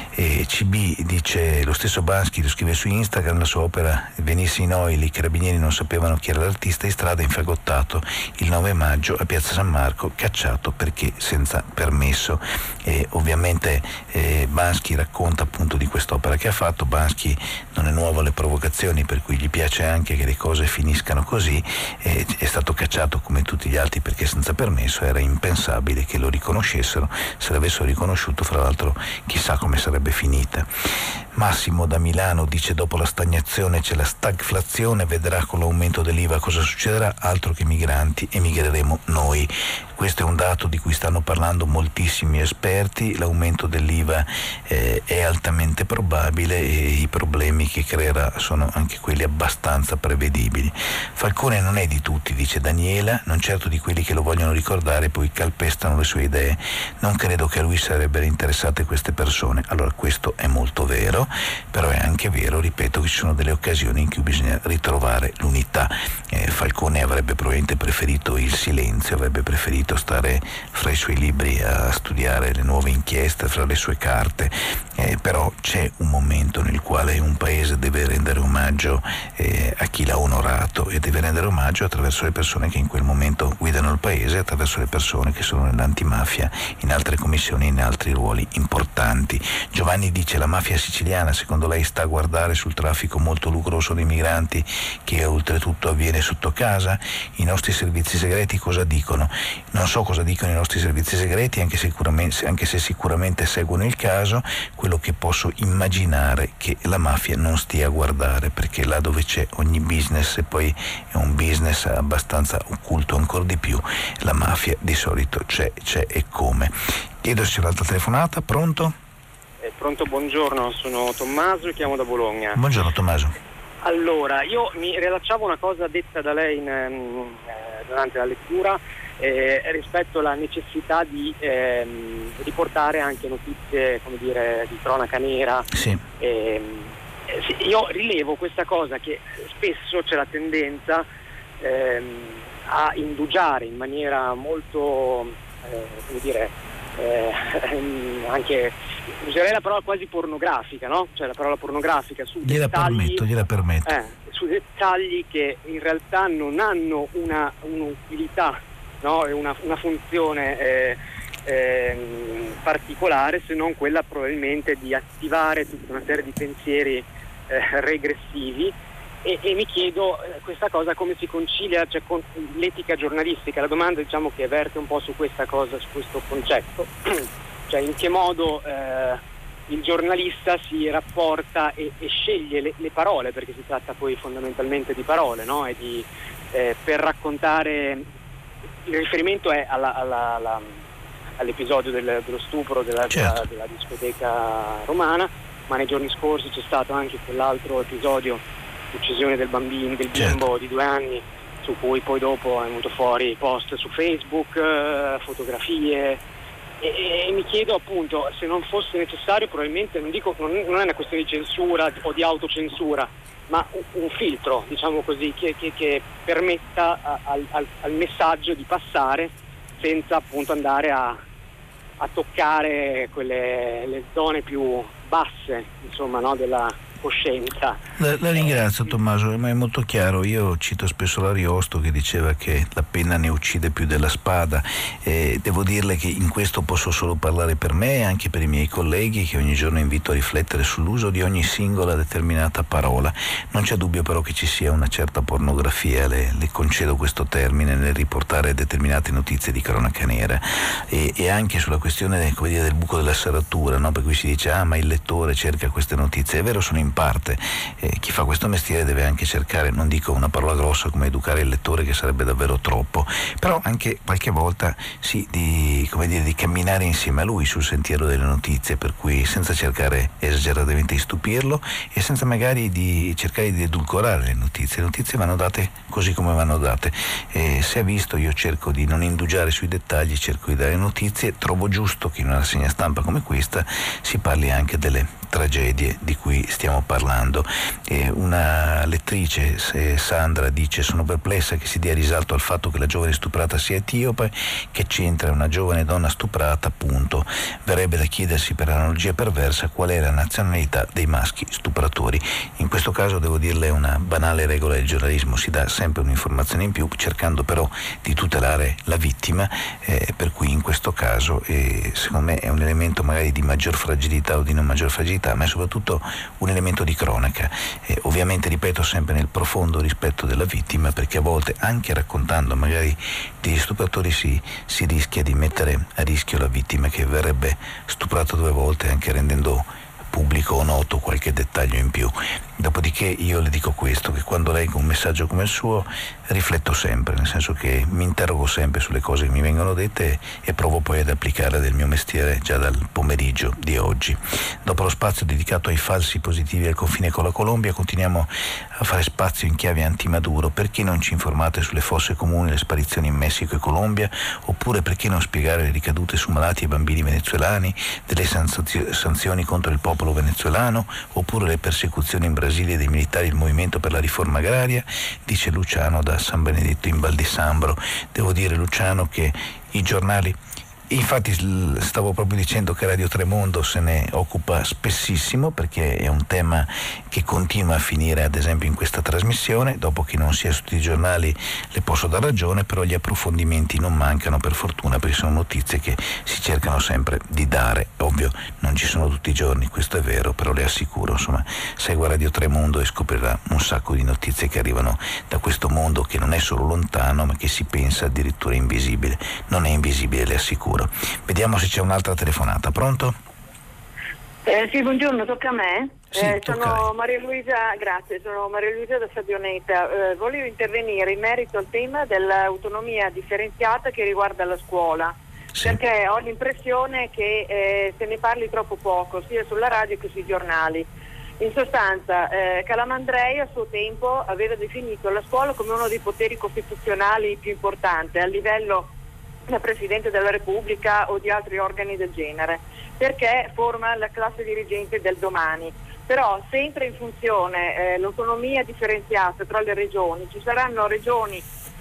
E C B dice, lo stesso Bansky lo scrive su Instagram, la sua opera Venisse in Oili, i carabinieri non sapevano chi era l'artista, in strada infagottato il nove maggio a Piazza San Marco, cacciato perché senza permesso. E ovviamente eh, Bansky racconta appunto di quest'opera che ha fatto. Bansky non è nuovo alle provocazioni, per cui gli piace anche che le cose finiscano così. Eh, è stato cacciato come tutti gli altri perché senza permesso, era impensabile che lo riconoscessero. Se l'avessero riconosciuto, fra l'altro, chissà come sarebbe finita. Massimo da Milano dice, dopo la stagnazione c'è la stagflazione, vedrà con l'aumento dell'I V A cosa succederà, altro che migranti, emigreremo noi. Questo è un dato di cui stanno parlando moltissimi esperti. L'aumento dell'I V A eh, è altamente probabile, e i problemi che creerà sono anche quelli abbastanza prevedibili. Falcone non è di tutti, dice Daniela, non certo di quelli che lo vogliono ricordare, poi calpestano le sue idee. Non credo che a lui sarebbero interessate queste persone. Allora, questo è molto vero, però è anche vero, ripeto, che ci sono delle occasioni in cui bisogna ritrovare l'unità. Eh, Falcone avrebbe probabilmente preferito il silenzio, avrebbe preferito stare fra i suoi libri a studiare le nuove inchieste, fra le sue carte, eh, però c'è un momento nel quale un paese deve rendere omaggio eh, a chi l'ha onorato, e deve rendere omaggio attraverso le persone che in quel momento guidano il paese, attraverso le persone che sono nell'antimafia, in altre commissioni, in altri ruoli importanti. Giovanni dice, la mafia siciliana secondo lei sta a guardare sul traffico molto lucroso dei migranti, che oltretutto avviene sotto casa? I nostri servizi segreti cosa dicono? Non so cosa dicono i nostri servizi segreti, anche, sicuramente, anche se sicuramente seguono il caso. Quello che posso immaginare che la mafia non stia a guardare, perché là dove c'è ogni business, e poi è un business abbastanza occulto ancora di più, la mafia di solito c'è, c'è e come. Chiedo se c'è l'altra telefonata. Pronto? Eh, pronto, buongiorno, sono Tommaso e chiamo da Bologna. Buongiorno Tommaso. Allora, io mi rilacciavo una cosa detta da lei in, eh, durante la lettura eh, rispetto alla necessità di ehm, riportare anche notizie, come dire, di cronaca nera. Sì. Eh, sì, io rilevo questa cosa, che spesso c'è la tendenza ehm, a indugiare in maniera molto, eh, come dire, eh, anche, userei la parola quasi pornografica, no? Cioè la parola pornografica su gliela dettagli, permetto, gliela permetto. Eh, su dettagli che in realtà non hanno una un'utilità, no? E una, una funzione eh, eh, particolare, se non quella probabilmente di attivare tutta una serie di pensieri eh, regressivi. E, e mi chiedo eh, questa cosa come si concilia, cioè, con l'etica giornalistica. La domanda, diciamo, che verte un po' su questa cosa, su questo concetto, cioè in che modo eh, il giornalista si rapporta e, e sceglie le, le parole, perché si tratta poi fondamentalmente di parole, no? E di, eh, per raccontare, il riferimento è alla, alla, alla, all'episodio del, dello stupro della, certo. della, della discoteca romana, ma nei giorni scorsi c'è stato anche quell'altro episodio, l'uccisione del bambino, del bimbo certo. di due anni, su cui poi dopo è venuto fuori post su Facebook, eh, fotografie, e, e mi chiedo appunto se non fosse necessario, probabilmente, non dico, non, non è una questione di censura o di autocensura, ma un, un filtro, diciamo così, che, che, che permetta a, al, al, al messaggio di passare senza appunto andare a, a toccare quelle le zone più basse, insomma, no, della coscienza. La, la ringrazio Tommaso, ma è molto chiaro. Io cito spesso l'Ariosto che diceva che la penna ne uccide più della spada, e devo dirle che in questo posso solo parlare per me e anche per i miei colleghi, che ogni giorno invito a riflettere sull'uso di ogni singola determinata parola. Non c'è dubbio però che ci sia una certa pornografia, le, le concedo questo termine, nel riportare determinate notizie di cronaca nera, e, e anche sulla questione, come dire, del buco della serratura, no? Per cui si dice ah ma il lettore cerca queste notizie. È vero, sono in parte, eh, chi fa questo mestiere deve anche cercare, non dico una parola grossa come educare il lettore, che sarebbe davvero troppo, però anche qualche volta sì, di, come dire, di camminare insieme a lui sul sentiero delle notizie, per cui senza cercare esageratamente di stupirlo e senza magari di cercare di edulcorare le notizie. Le notizie vanno date così come vanno date, e se ha visto, io cerco di non indugiare sui dettagli, cerco di dare notizie. Trovo giusto che in una rassegna stampa come questa si parli anche delle tragedie di cui stiamo parlando. E una lettrice, Sandra, dice: sono perplessa che si dia risalto al fatto che la giovane stuprata sia etiope, che c'entra una giovane donna stuprata, appunto. Verrebbe da chiedersi, per analogia perversa, qual è la nazionalità dei maschi stupratori. In questo caso devo dirle una banale regola del giornalismo: si dà sempre un'informazione in più, cercando però di tutelare la vittima, eh, per cui in questo caso eh, secondo me è un elemento magari di maggior fragilità o di non maggior fragilità, ma è soprattutto un elemento di cronaca, eh, ovviamente, ripeto, sempre nel profondo rispetto della vittima, perché a volte anche raccontando magari degli stupratori si, si rischia di mettere a rischio la vittima, che verrebbe stuprata due volte, anche rendendo pubblico o noto qualche dettaglio in più. Dopodiché io le dico questo, che quando leggo un messaggio come il suo rifletto sempre, nel senso che mi interrogo sempre sulle cose che mi vengono dette e provo poi ad applicare del mio mestiere già dal pomeriggio di oggi. Dopo lo spazio dedicato ai falsi positivi al confine con la Colombia, continuiamo a fare spazio in chiave anti-Maduro. Perché non ci informate sulle fosse comuni, le sparizioni in Messico e Colombia? Oppure perché non spiegare le ricadute su malati e bambini venezuelani, delle sanzioni contro il popolo venezuelano, oppure le persecuzioni in Brasile dei militari del Movimento per la Riforma Agraria? Dice Luciano da San Benedetto in Val di Sambro. Devo dire, Luciano, che i giornali, infatti stavo proprio dicendo che Radio Tremondo se ne occupa spessissimo, perché è un tema che continua a finire ad esempio in questa trasmissione. Dopo che non sia su tutti i giornali le posso dar ragione, però gli approfondimenti non mancano, per fortuna, perché sono notizie che si cercano sempre di dare. Ovvio, non ci sono tutti i giorni, questo è vero, però le assicuro, insomma, segua Radio Tremondo e scoprirà un sacco di notizie che arrivano da questo mondo che non è solo lontano, ma che si pensa addirittura invisibile. Non è invisibile, le assicuro. Vediamo se c'è un'altra telefonata. Pronto? Eh, sì, buongiorno, tocca a me. Sì, eh, tocca sono Maria Luisa, grazie, sono Maria Luisa da Sabioneta. Eh, volevo intervenire in merito al tema dell'autonomia differenziata che riguarda la scuola, sì. Perché ho l'impressione che eh, se ne parli troppo poco, sia sulla radio che sui giornali. In sostanza, eh, Calamandrei a suo tempo aveva definito la scuola come uno dei poteri costituzionali più importanti a livello da Presidente della Repubblica o di altri organi del genere, perché forma la classe dirigente del domani. Però sempre in funzione eh, l'autonomia differenziata tra le regioni, ci saranno regioni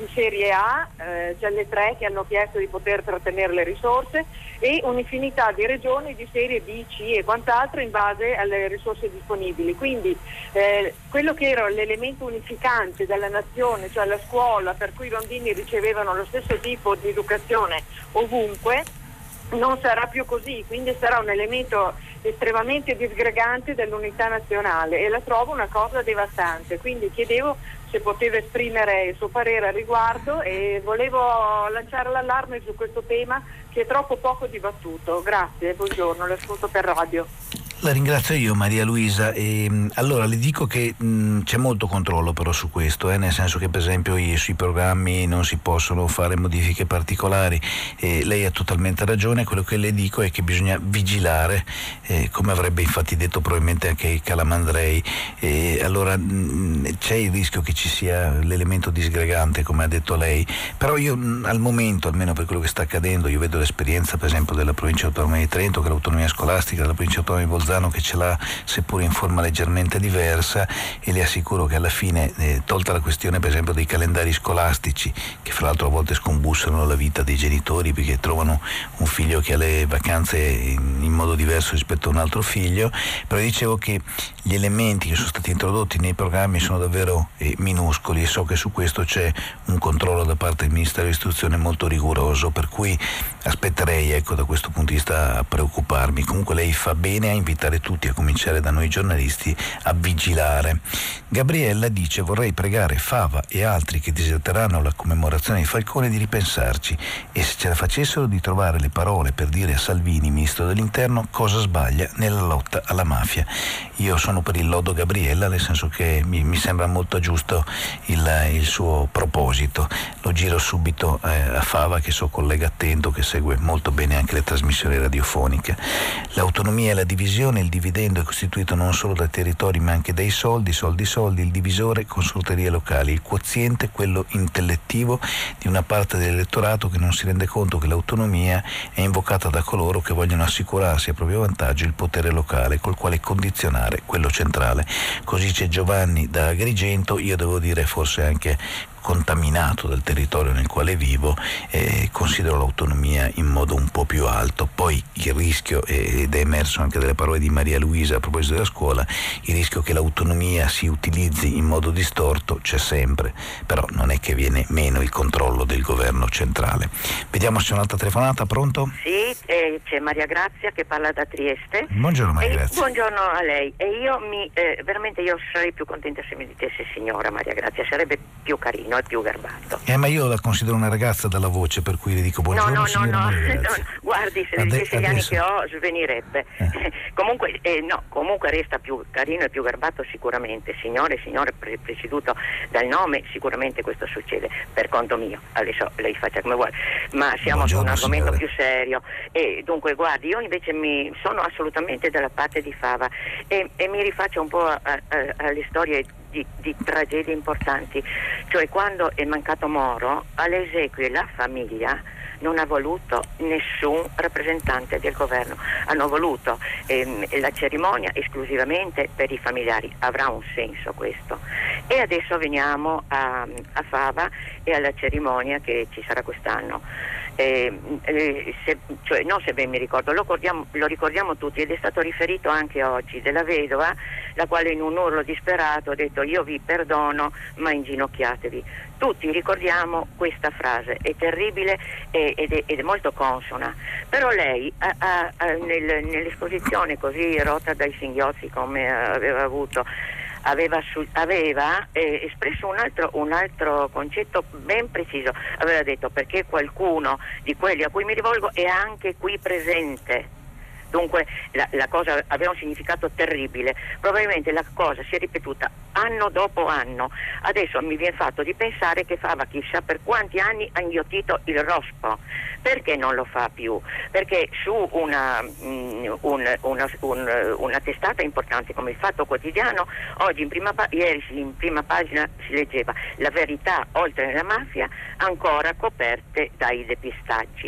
di serie A, eh, cioè le tre che hanno chiesto di poter trattenere le risorse, e un'infinità di regioni di serie B, C e quant'altro in base alle risorse disponibili. Quindi eh, quello che era l'elemento unificante della nazione, cioè la scuola, per cui i bambini ricevevano lo stesso tipo di educazione ovunque, non sarà più così, quindi sarà un elemento estremamente disgregante dell'unità nazionale, e la trovo una cosa devastante. Quindi chiedevo se poteva esprimere il suo parere al riguardo, e volevo lanciare l'allarme su questo tema che è troppo poco dibattuto. Grazie, buongiorno, l'ascolto per radio. La ringrazio io, Maria Luisa. E, allora le dico che mh, c'è molto controllo però su questo, eh, nel senso che per esempio i, sui programmi non si possono fare modifiche particolari. Eh, lei ha totalmente ragione. Quello che le dico è che bisogna vigilare, eh, come avrebbe infatti detto probabilmente anche Calamandrei. Eh, allora mh, c'è il rischio che ci sia l'elemento disgregante, come ha detto lei, però io mh, al momento, almeno per quello che sta accadendo, io vedo l'esperienza per esempio della provincia autonoma di Trento, che è l'autonomia scolastica della provincia autonoma di Bolzano, che ce l'ha seppur in forma leggermente diversa, e le assicuro che alla fine, eh, tolta la questione per esempio dei calendari scolastici, che fra l'altro a volte scombussano la vita dei genitori perché trovano un figlio che ha le vacanze in, in modo diverso rispetto a un altro figlio, però dicevo che gli elementi che sono stati introdotti nei programmi sono davvero eh, minuscoli, e so che su questo c'è un controllo da parte del Ministero dell'Istruzione molto rigoroso, per cui aspetterei, ecco, da questo punto di vista a preoccuparmi. Comunque lei fa bene a invitare tutti, a cominciare da noi giornalisti, a vigilare. Gabriella dice: vorrei pregare Fava e altri che diserteranno la commemorazione di Falcone di ripensarci, e se ce la facessero di trovare le parole per dire a Salvini, ministro dell'Interno, cosa sbaglia nella lotta alla mafia. Io sono per il lodo Gabriella, nel senso che mi, mi sembra molto giusto il, il suo proposito. Lo giro subito eh, a Fava, che so collega attento, che segue molto bene anche le trasmissioni radiofoniche. L'autonomia e la divisione, il dividendo è costituito non solo dai territori ma anche dai soldi, soldi soldi, il divisore consultorie locali, il quoziente quello intellettivo di una parte dell'elettorato che non si rende conto che l'autonomia è invocata da coloro che vogliono assicurarsi a proprio vantaggio il potere locale col quale condizionare quello centrale. Così c'è Giovanni da Agrigento, io devo dire forse anche contaminato dal territorio nel quale vivo, eh, considero l'autonomia in modo un po' più alto. Poi il rischio, ed è emerso anche dalle parole di Maria Luisa a proposito della scuola, il rischio che l'autonomia si utilizzi in modo distorto c'è sempre, però non è che viene meno il controllo del governo centrale. Vediamo se c'è un'altra telefonata. Pronto? Sì, eh, c'è Maria Grazia che parla da Trieste. Buongiorno Maria e, Grazia. Buongiorno a lei. E io mi eh, veramente io sarei più contenta se mi dicesse signora Maria Grazia, sarebbe più carino è più garbato. Eh, ma io la considero una ragazza dalla voce, per cui le dico buongiorno. No, no, signora no, Maria no, Grazia. guardi, se Ade- le dicessi gli anni adesso- che ho svenirebbe. Eh. comunque, eh, no, comunque resta più carino e più garbato sicuramente. Signore, signore pre- preceduto dal nome, sicuramente questo succede, per conto mio. Adesso lei faccia come vuole. Ma siamo su un Buongiorno, argomento signore. più serio. E dunque, guardi, io invece mi sono assolutamente dalla parte di Fava e, e mi rifaccio un po' a- a- alle storie Di, di tragedie importanti, cioè quando è mancato Moro alle esequie la famiglia non ha voluto nessun rappresentante del governo, hanno voluto ehm, la cerimonia esclusivamente per i familiari. Avrà un senso questo. E adesso veniamo a, a Fava e alla cerimonia che ci sarà quest'anno. Eh, eh, se, cioè, non se ben mi ricordo, lo ricordiamo, lo ricordiamo tutti, ed è stato riferito anche oggi, della vedova, la quale in un urlo disperato ha detto: io vi perdono ma inginocchiatevi. Tutti ricordiamo questa frase, è terribile e, ed, è, ed è molto consona, però lei ha, ha, ha, nel, nell'esposizione così rotta dai singhiozzi come aveva avuto aveva, su, aveva eh, espresso un altro, un altro concetto ben preciso. Aveva detto: perché qualcuno di quelli a cui mi rivolgo è anche qui presente. Dunque la, la cosa aveva un significato terribile. Probabilmente la cosa si è ripetuta anno dopo anno. Adesso mi viene fatto di pensare che Fava chissà per quanti anni ha inghiottito il rospo. Perché non lo fa più? Perché su una, mh, un, una, un, una testata importante come il Fatto Quotidiano, oggi in prima pa- ieri in prima pagina si leggeva: la verità oltre la mafia ancora coperte dai depistaggi.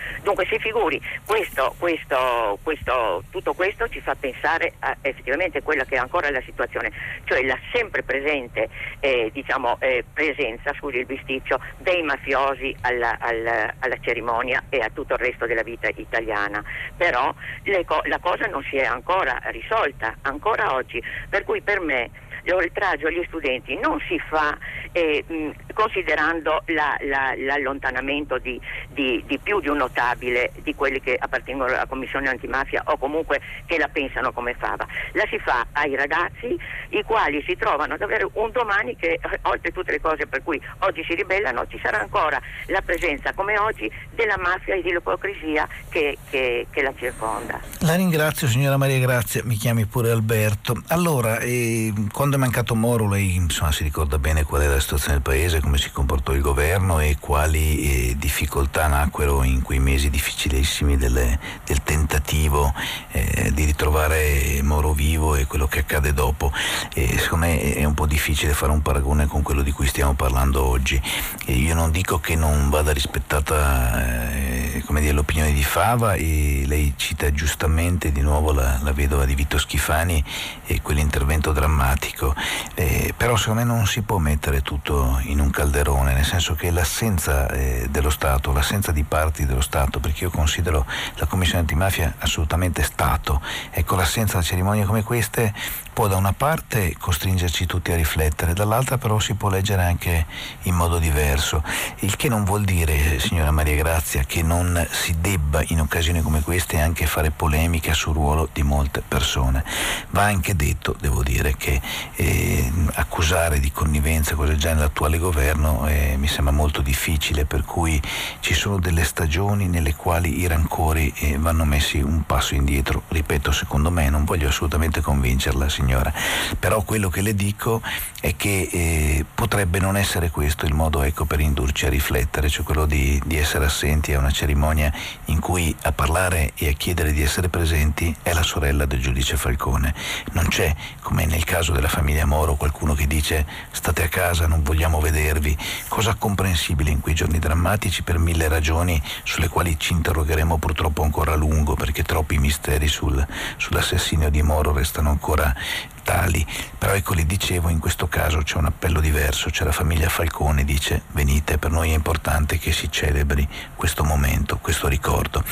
Dunque si figuri, questo, questo, questo, tutto questo ci fa pensare a effettivamente quella che è ancora la situazione, cioè la sempre presente eh, diciamo, eh, presenza, scusi il bisticcio, dei mafiosi alla, alla, alla cerimonia e a tutto il resto della vita italiana. Però le co- la cosa non si è ancora risolta, ancora oggi, per cui per me l'oltraggio agli studenti non si fa eh, mh, considerando la, la, l'allontanamento di, di, di più di un notabile di quelli che appartengono alla commissione antimafia o comunque che la pensano come Fava, la si fa ai ragazzi i quali si trovano ad avere un domani che, oltre tutte le cose per cui oggi si ribellano, ci sarà ancora la presenza come oggi della mafia e dell'ipocrisia che, che, che la circonda. La ringrazio signora Maria Grazia, mi chiami pure Alberto. Allora, eh, quando è mancato Moro lei insomma si ricorda bene qual è la situazione del paese, come si comportò il governo e quali eh, difficoltà nacquero in quei mesi difficilissimi delle, del tentativo eh, di ritrovare Moro vivo e quello che accade dopo. E secondo me è un po' difficile fare un paragone con quello di cui stiamo parlando oggi. E io non dico che non vada rispettata eh, come dire, l'opinione di Fava, e lei cita giustamente di nuovo la, la vedova di Vito Schifani e quell'intervento drammatico. Eh, però secondo me non si può mettere tutto in un calderone, nel senso che l'assenza eh, dello Stato, l'assenza di parti dello Stato, perché io considero la Commissione Antimafia assolutamente Stato, ecco, l'assenza di cerimonie come queste può da una parte costringerci tutti a riflettere, dall'altra però si può leggere anche in modo diverso, il che non vuol dire, signora Maria Grazia, che non si debba in occasioni come queste anche fare polemica sul ruolo di molte persone. Va anche detto, devo dire, che eh, accusare di connivenza cose già nell'attuale governo eh, mi sembra molto difficile, per cui ci sono delle stagioni nelle quali i rancori eh, vanno messi un passo indietro, ripeto, secondo me, non voglio assolutamente convincerla signora, però quello che le dico è che eh, potrebbe non essere questo il modo, ecco, per indurci a riflettere, cioè quello di, di essere assenti a una cerimonia in cui a parlare e a chiedere di essere presenti è la sorella del giudice Falcone. Non c'è, come nel caso della famiglia Moro, qualcuno che dice state a casa, non vogliamo vedervi, cosa comprensibile in quei giorni drammatici per mille ragioni sulle quali ci interrogheremo purtroppo ancora a lungo, perché troppi misteri sul, sull'assassinio di Moro restano ancora tali. Però ecco, le dicevo, in questo caso c'è un appello diverso, c'è la famiglia Falcone, dice venite, per noi è importante che si celebri questo momento, questo ricordo.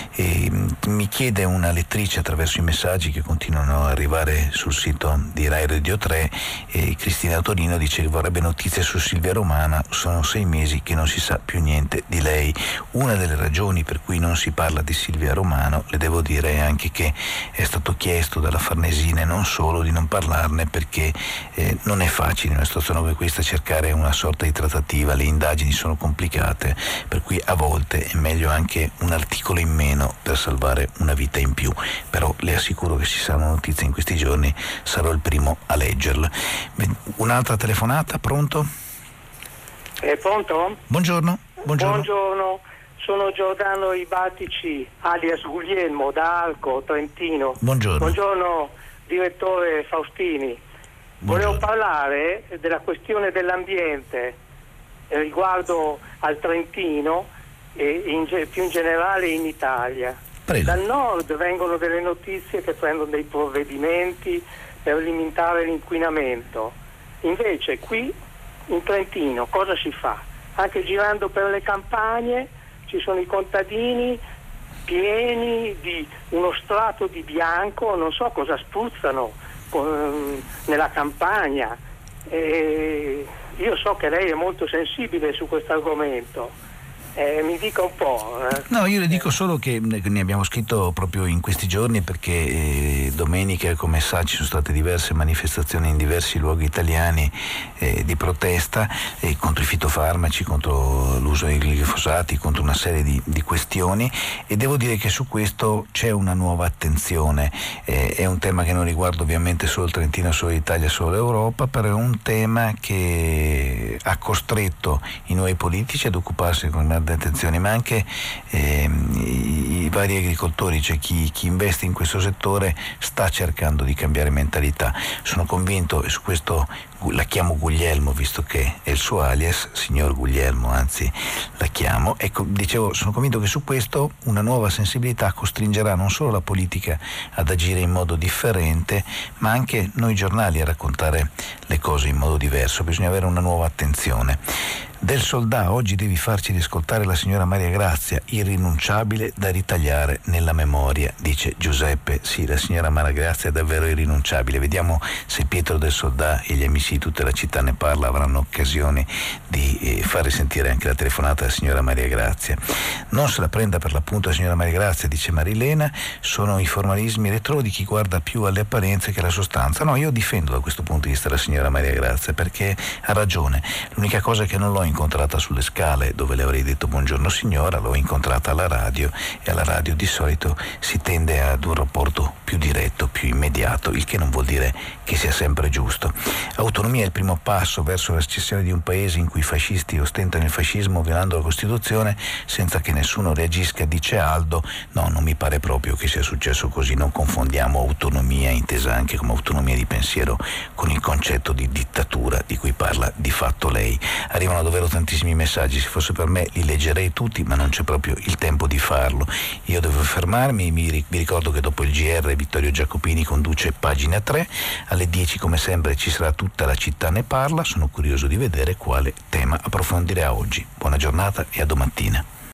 E mi chiede una lettrice attraverso i messaggi che continuano ad arrivare sul sito di Rai Radio tre, e Cristina Torino dice che vorrebbe notizie su Silvia Romana, sono sei mesi che non si sa più niente di lei. Una delle ragioni per cui non si parla di Silvia Romano, le devo dire, è anche che è stato chiesto dalla Farnesina e non solo di non parlarne, perché eh, non è facile in una situazione come questa cercare una sorta di trattativa, le indagini sono complicate, per cui a volte è meglio anche un articolo in meno per salvare una vita in più. Però le assicuro che ci saranno notizie in questi giorni, sarò il primo a leggerla. Un'altra telefonata, pronto? È pronto? Buongiorno. Buongiorno. Buongiorno, sono Giordano Ibatici, alias Guglielmo, da Arco, Trentino. Buongiorno. Buongiorno, direttore Faustini. Volevo parlare della questione dell'ambiente riguardo al Trentino e in, più in generale in Italia. Prego. Dal nord vengono delle notizie che prendono dei provvedimenti per limitare l'inquinamento. Invece qui in Trentino cosa si fa? Anche girando per le campagne ci sono i contadini pieni di uno strato di bianco, non so cosa spruzzano eh, nella campagna. E io so che lei è molto sensibile su questo argomento. Eh, mi dica un po'. Eh. No, io le dico solo che ne abbiamo scritto proprio in questi giorni, perché eh, domenica, come sa, ci sono state diverse manifestazioni in diversi luoghi italiani eh, di protesta eh, contro i fitofarmaci, contro l'uso dei glifosati, contro una serie di, di questioni, e devo dire che su questo c'è una nuova attenzione. Eh, è un tema che non riguarda ovviamente solo il Trentino, solo l'Italia, solo l'Europa, però è un tema che ha costretto i nuovi politici ad occuparsi con grande attenzione, ma anche eh, i, vari agricoltori, c'è chi, chi investe in questo settore sta cercando di cambiare mentalità. Sono convinto, e su questo la chiamo Guglielmo visto che è il suo alias, signor Guglielmo anzi la chiamo, ecco, dicevo, sono convinto che su questo una nuova sensibilità costringerà non solo la politica ad agire in modo differente, ma anche noi giornali a raccontare le cose in modo diverso. Bisogna avere una nuova attenzione. Del Soldà oggi devi farci riscoltare la signora Maria Grazia, irrinunciabile da ritagliare nella memoria, dice Giuseppe. Sì, la signora Maria Grazia è davvero irrinunciabile. Vediamo se Pietro del Soldà e gli amici di tutta la città ne parla, avranno occasione di eh, far risentire anche la telefonata della signora Maria Grazia. Non se la prenda per l'appunto la signora Maria Grazia, dice Marilena, sono i formalismi retro di chi guarda più alle apparenze che alla sostanza. No, io difendo da questo punto di vista la signora Maria Grazia, perché ha ragione. L'unica cosa è che non l'ho incontrata sulle scale dove le avrei detto buongiorno signora, l'ho incontrata alla radio, e alla radio di solito si tende ad un rapporto più diretto, più immediato, il che non vuol dire che sia sempre giusto. Autonomia è il primo passo verso la secessione di un paese in cui i fascisti ostentano il fascismo violando la Costituzione senza che nessuno reagisca, dice Aldo. No, non mi pare proprio che sia successo così. Non confondiamo autonomia, intesa anche come autonomia di pensiero, con il concetto di dittatura di cui parla di fatto lei. Arrivano davvero tantissimi messaggi, se fosse per me li leggerei tutti, ma non c'è proprio il tempo di farlo. Io devo fermarmi, mi, vi ricordo che dopo il G R Vittorio Giacopini conduce Pagina tre, alle dieci come sempre ci sarà Tutta la città ne parla, sono curioso di vedere quale tema approfondirà oggi. Buona giornata e a domattina.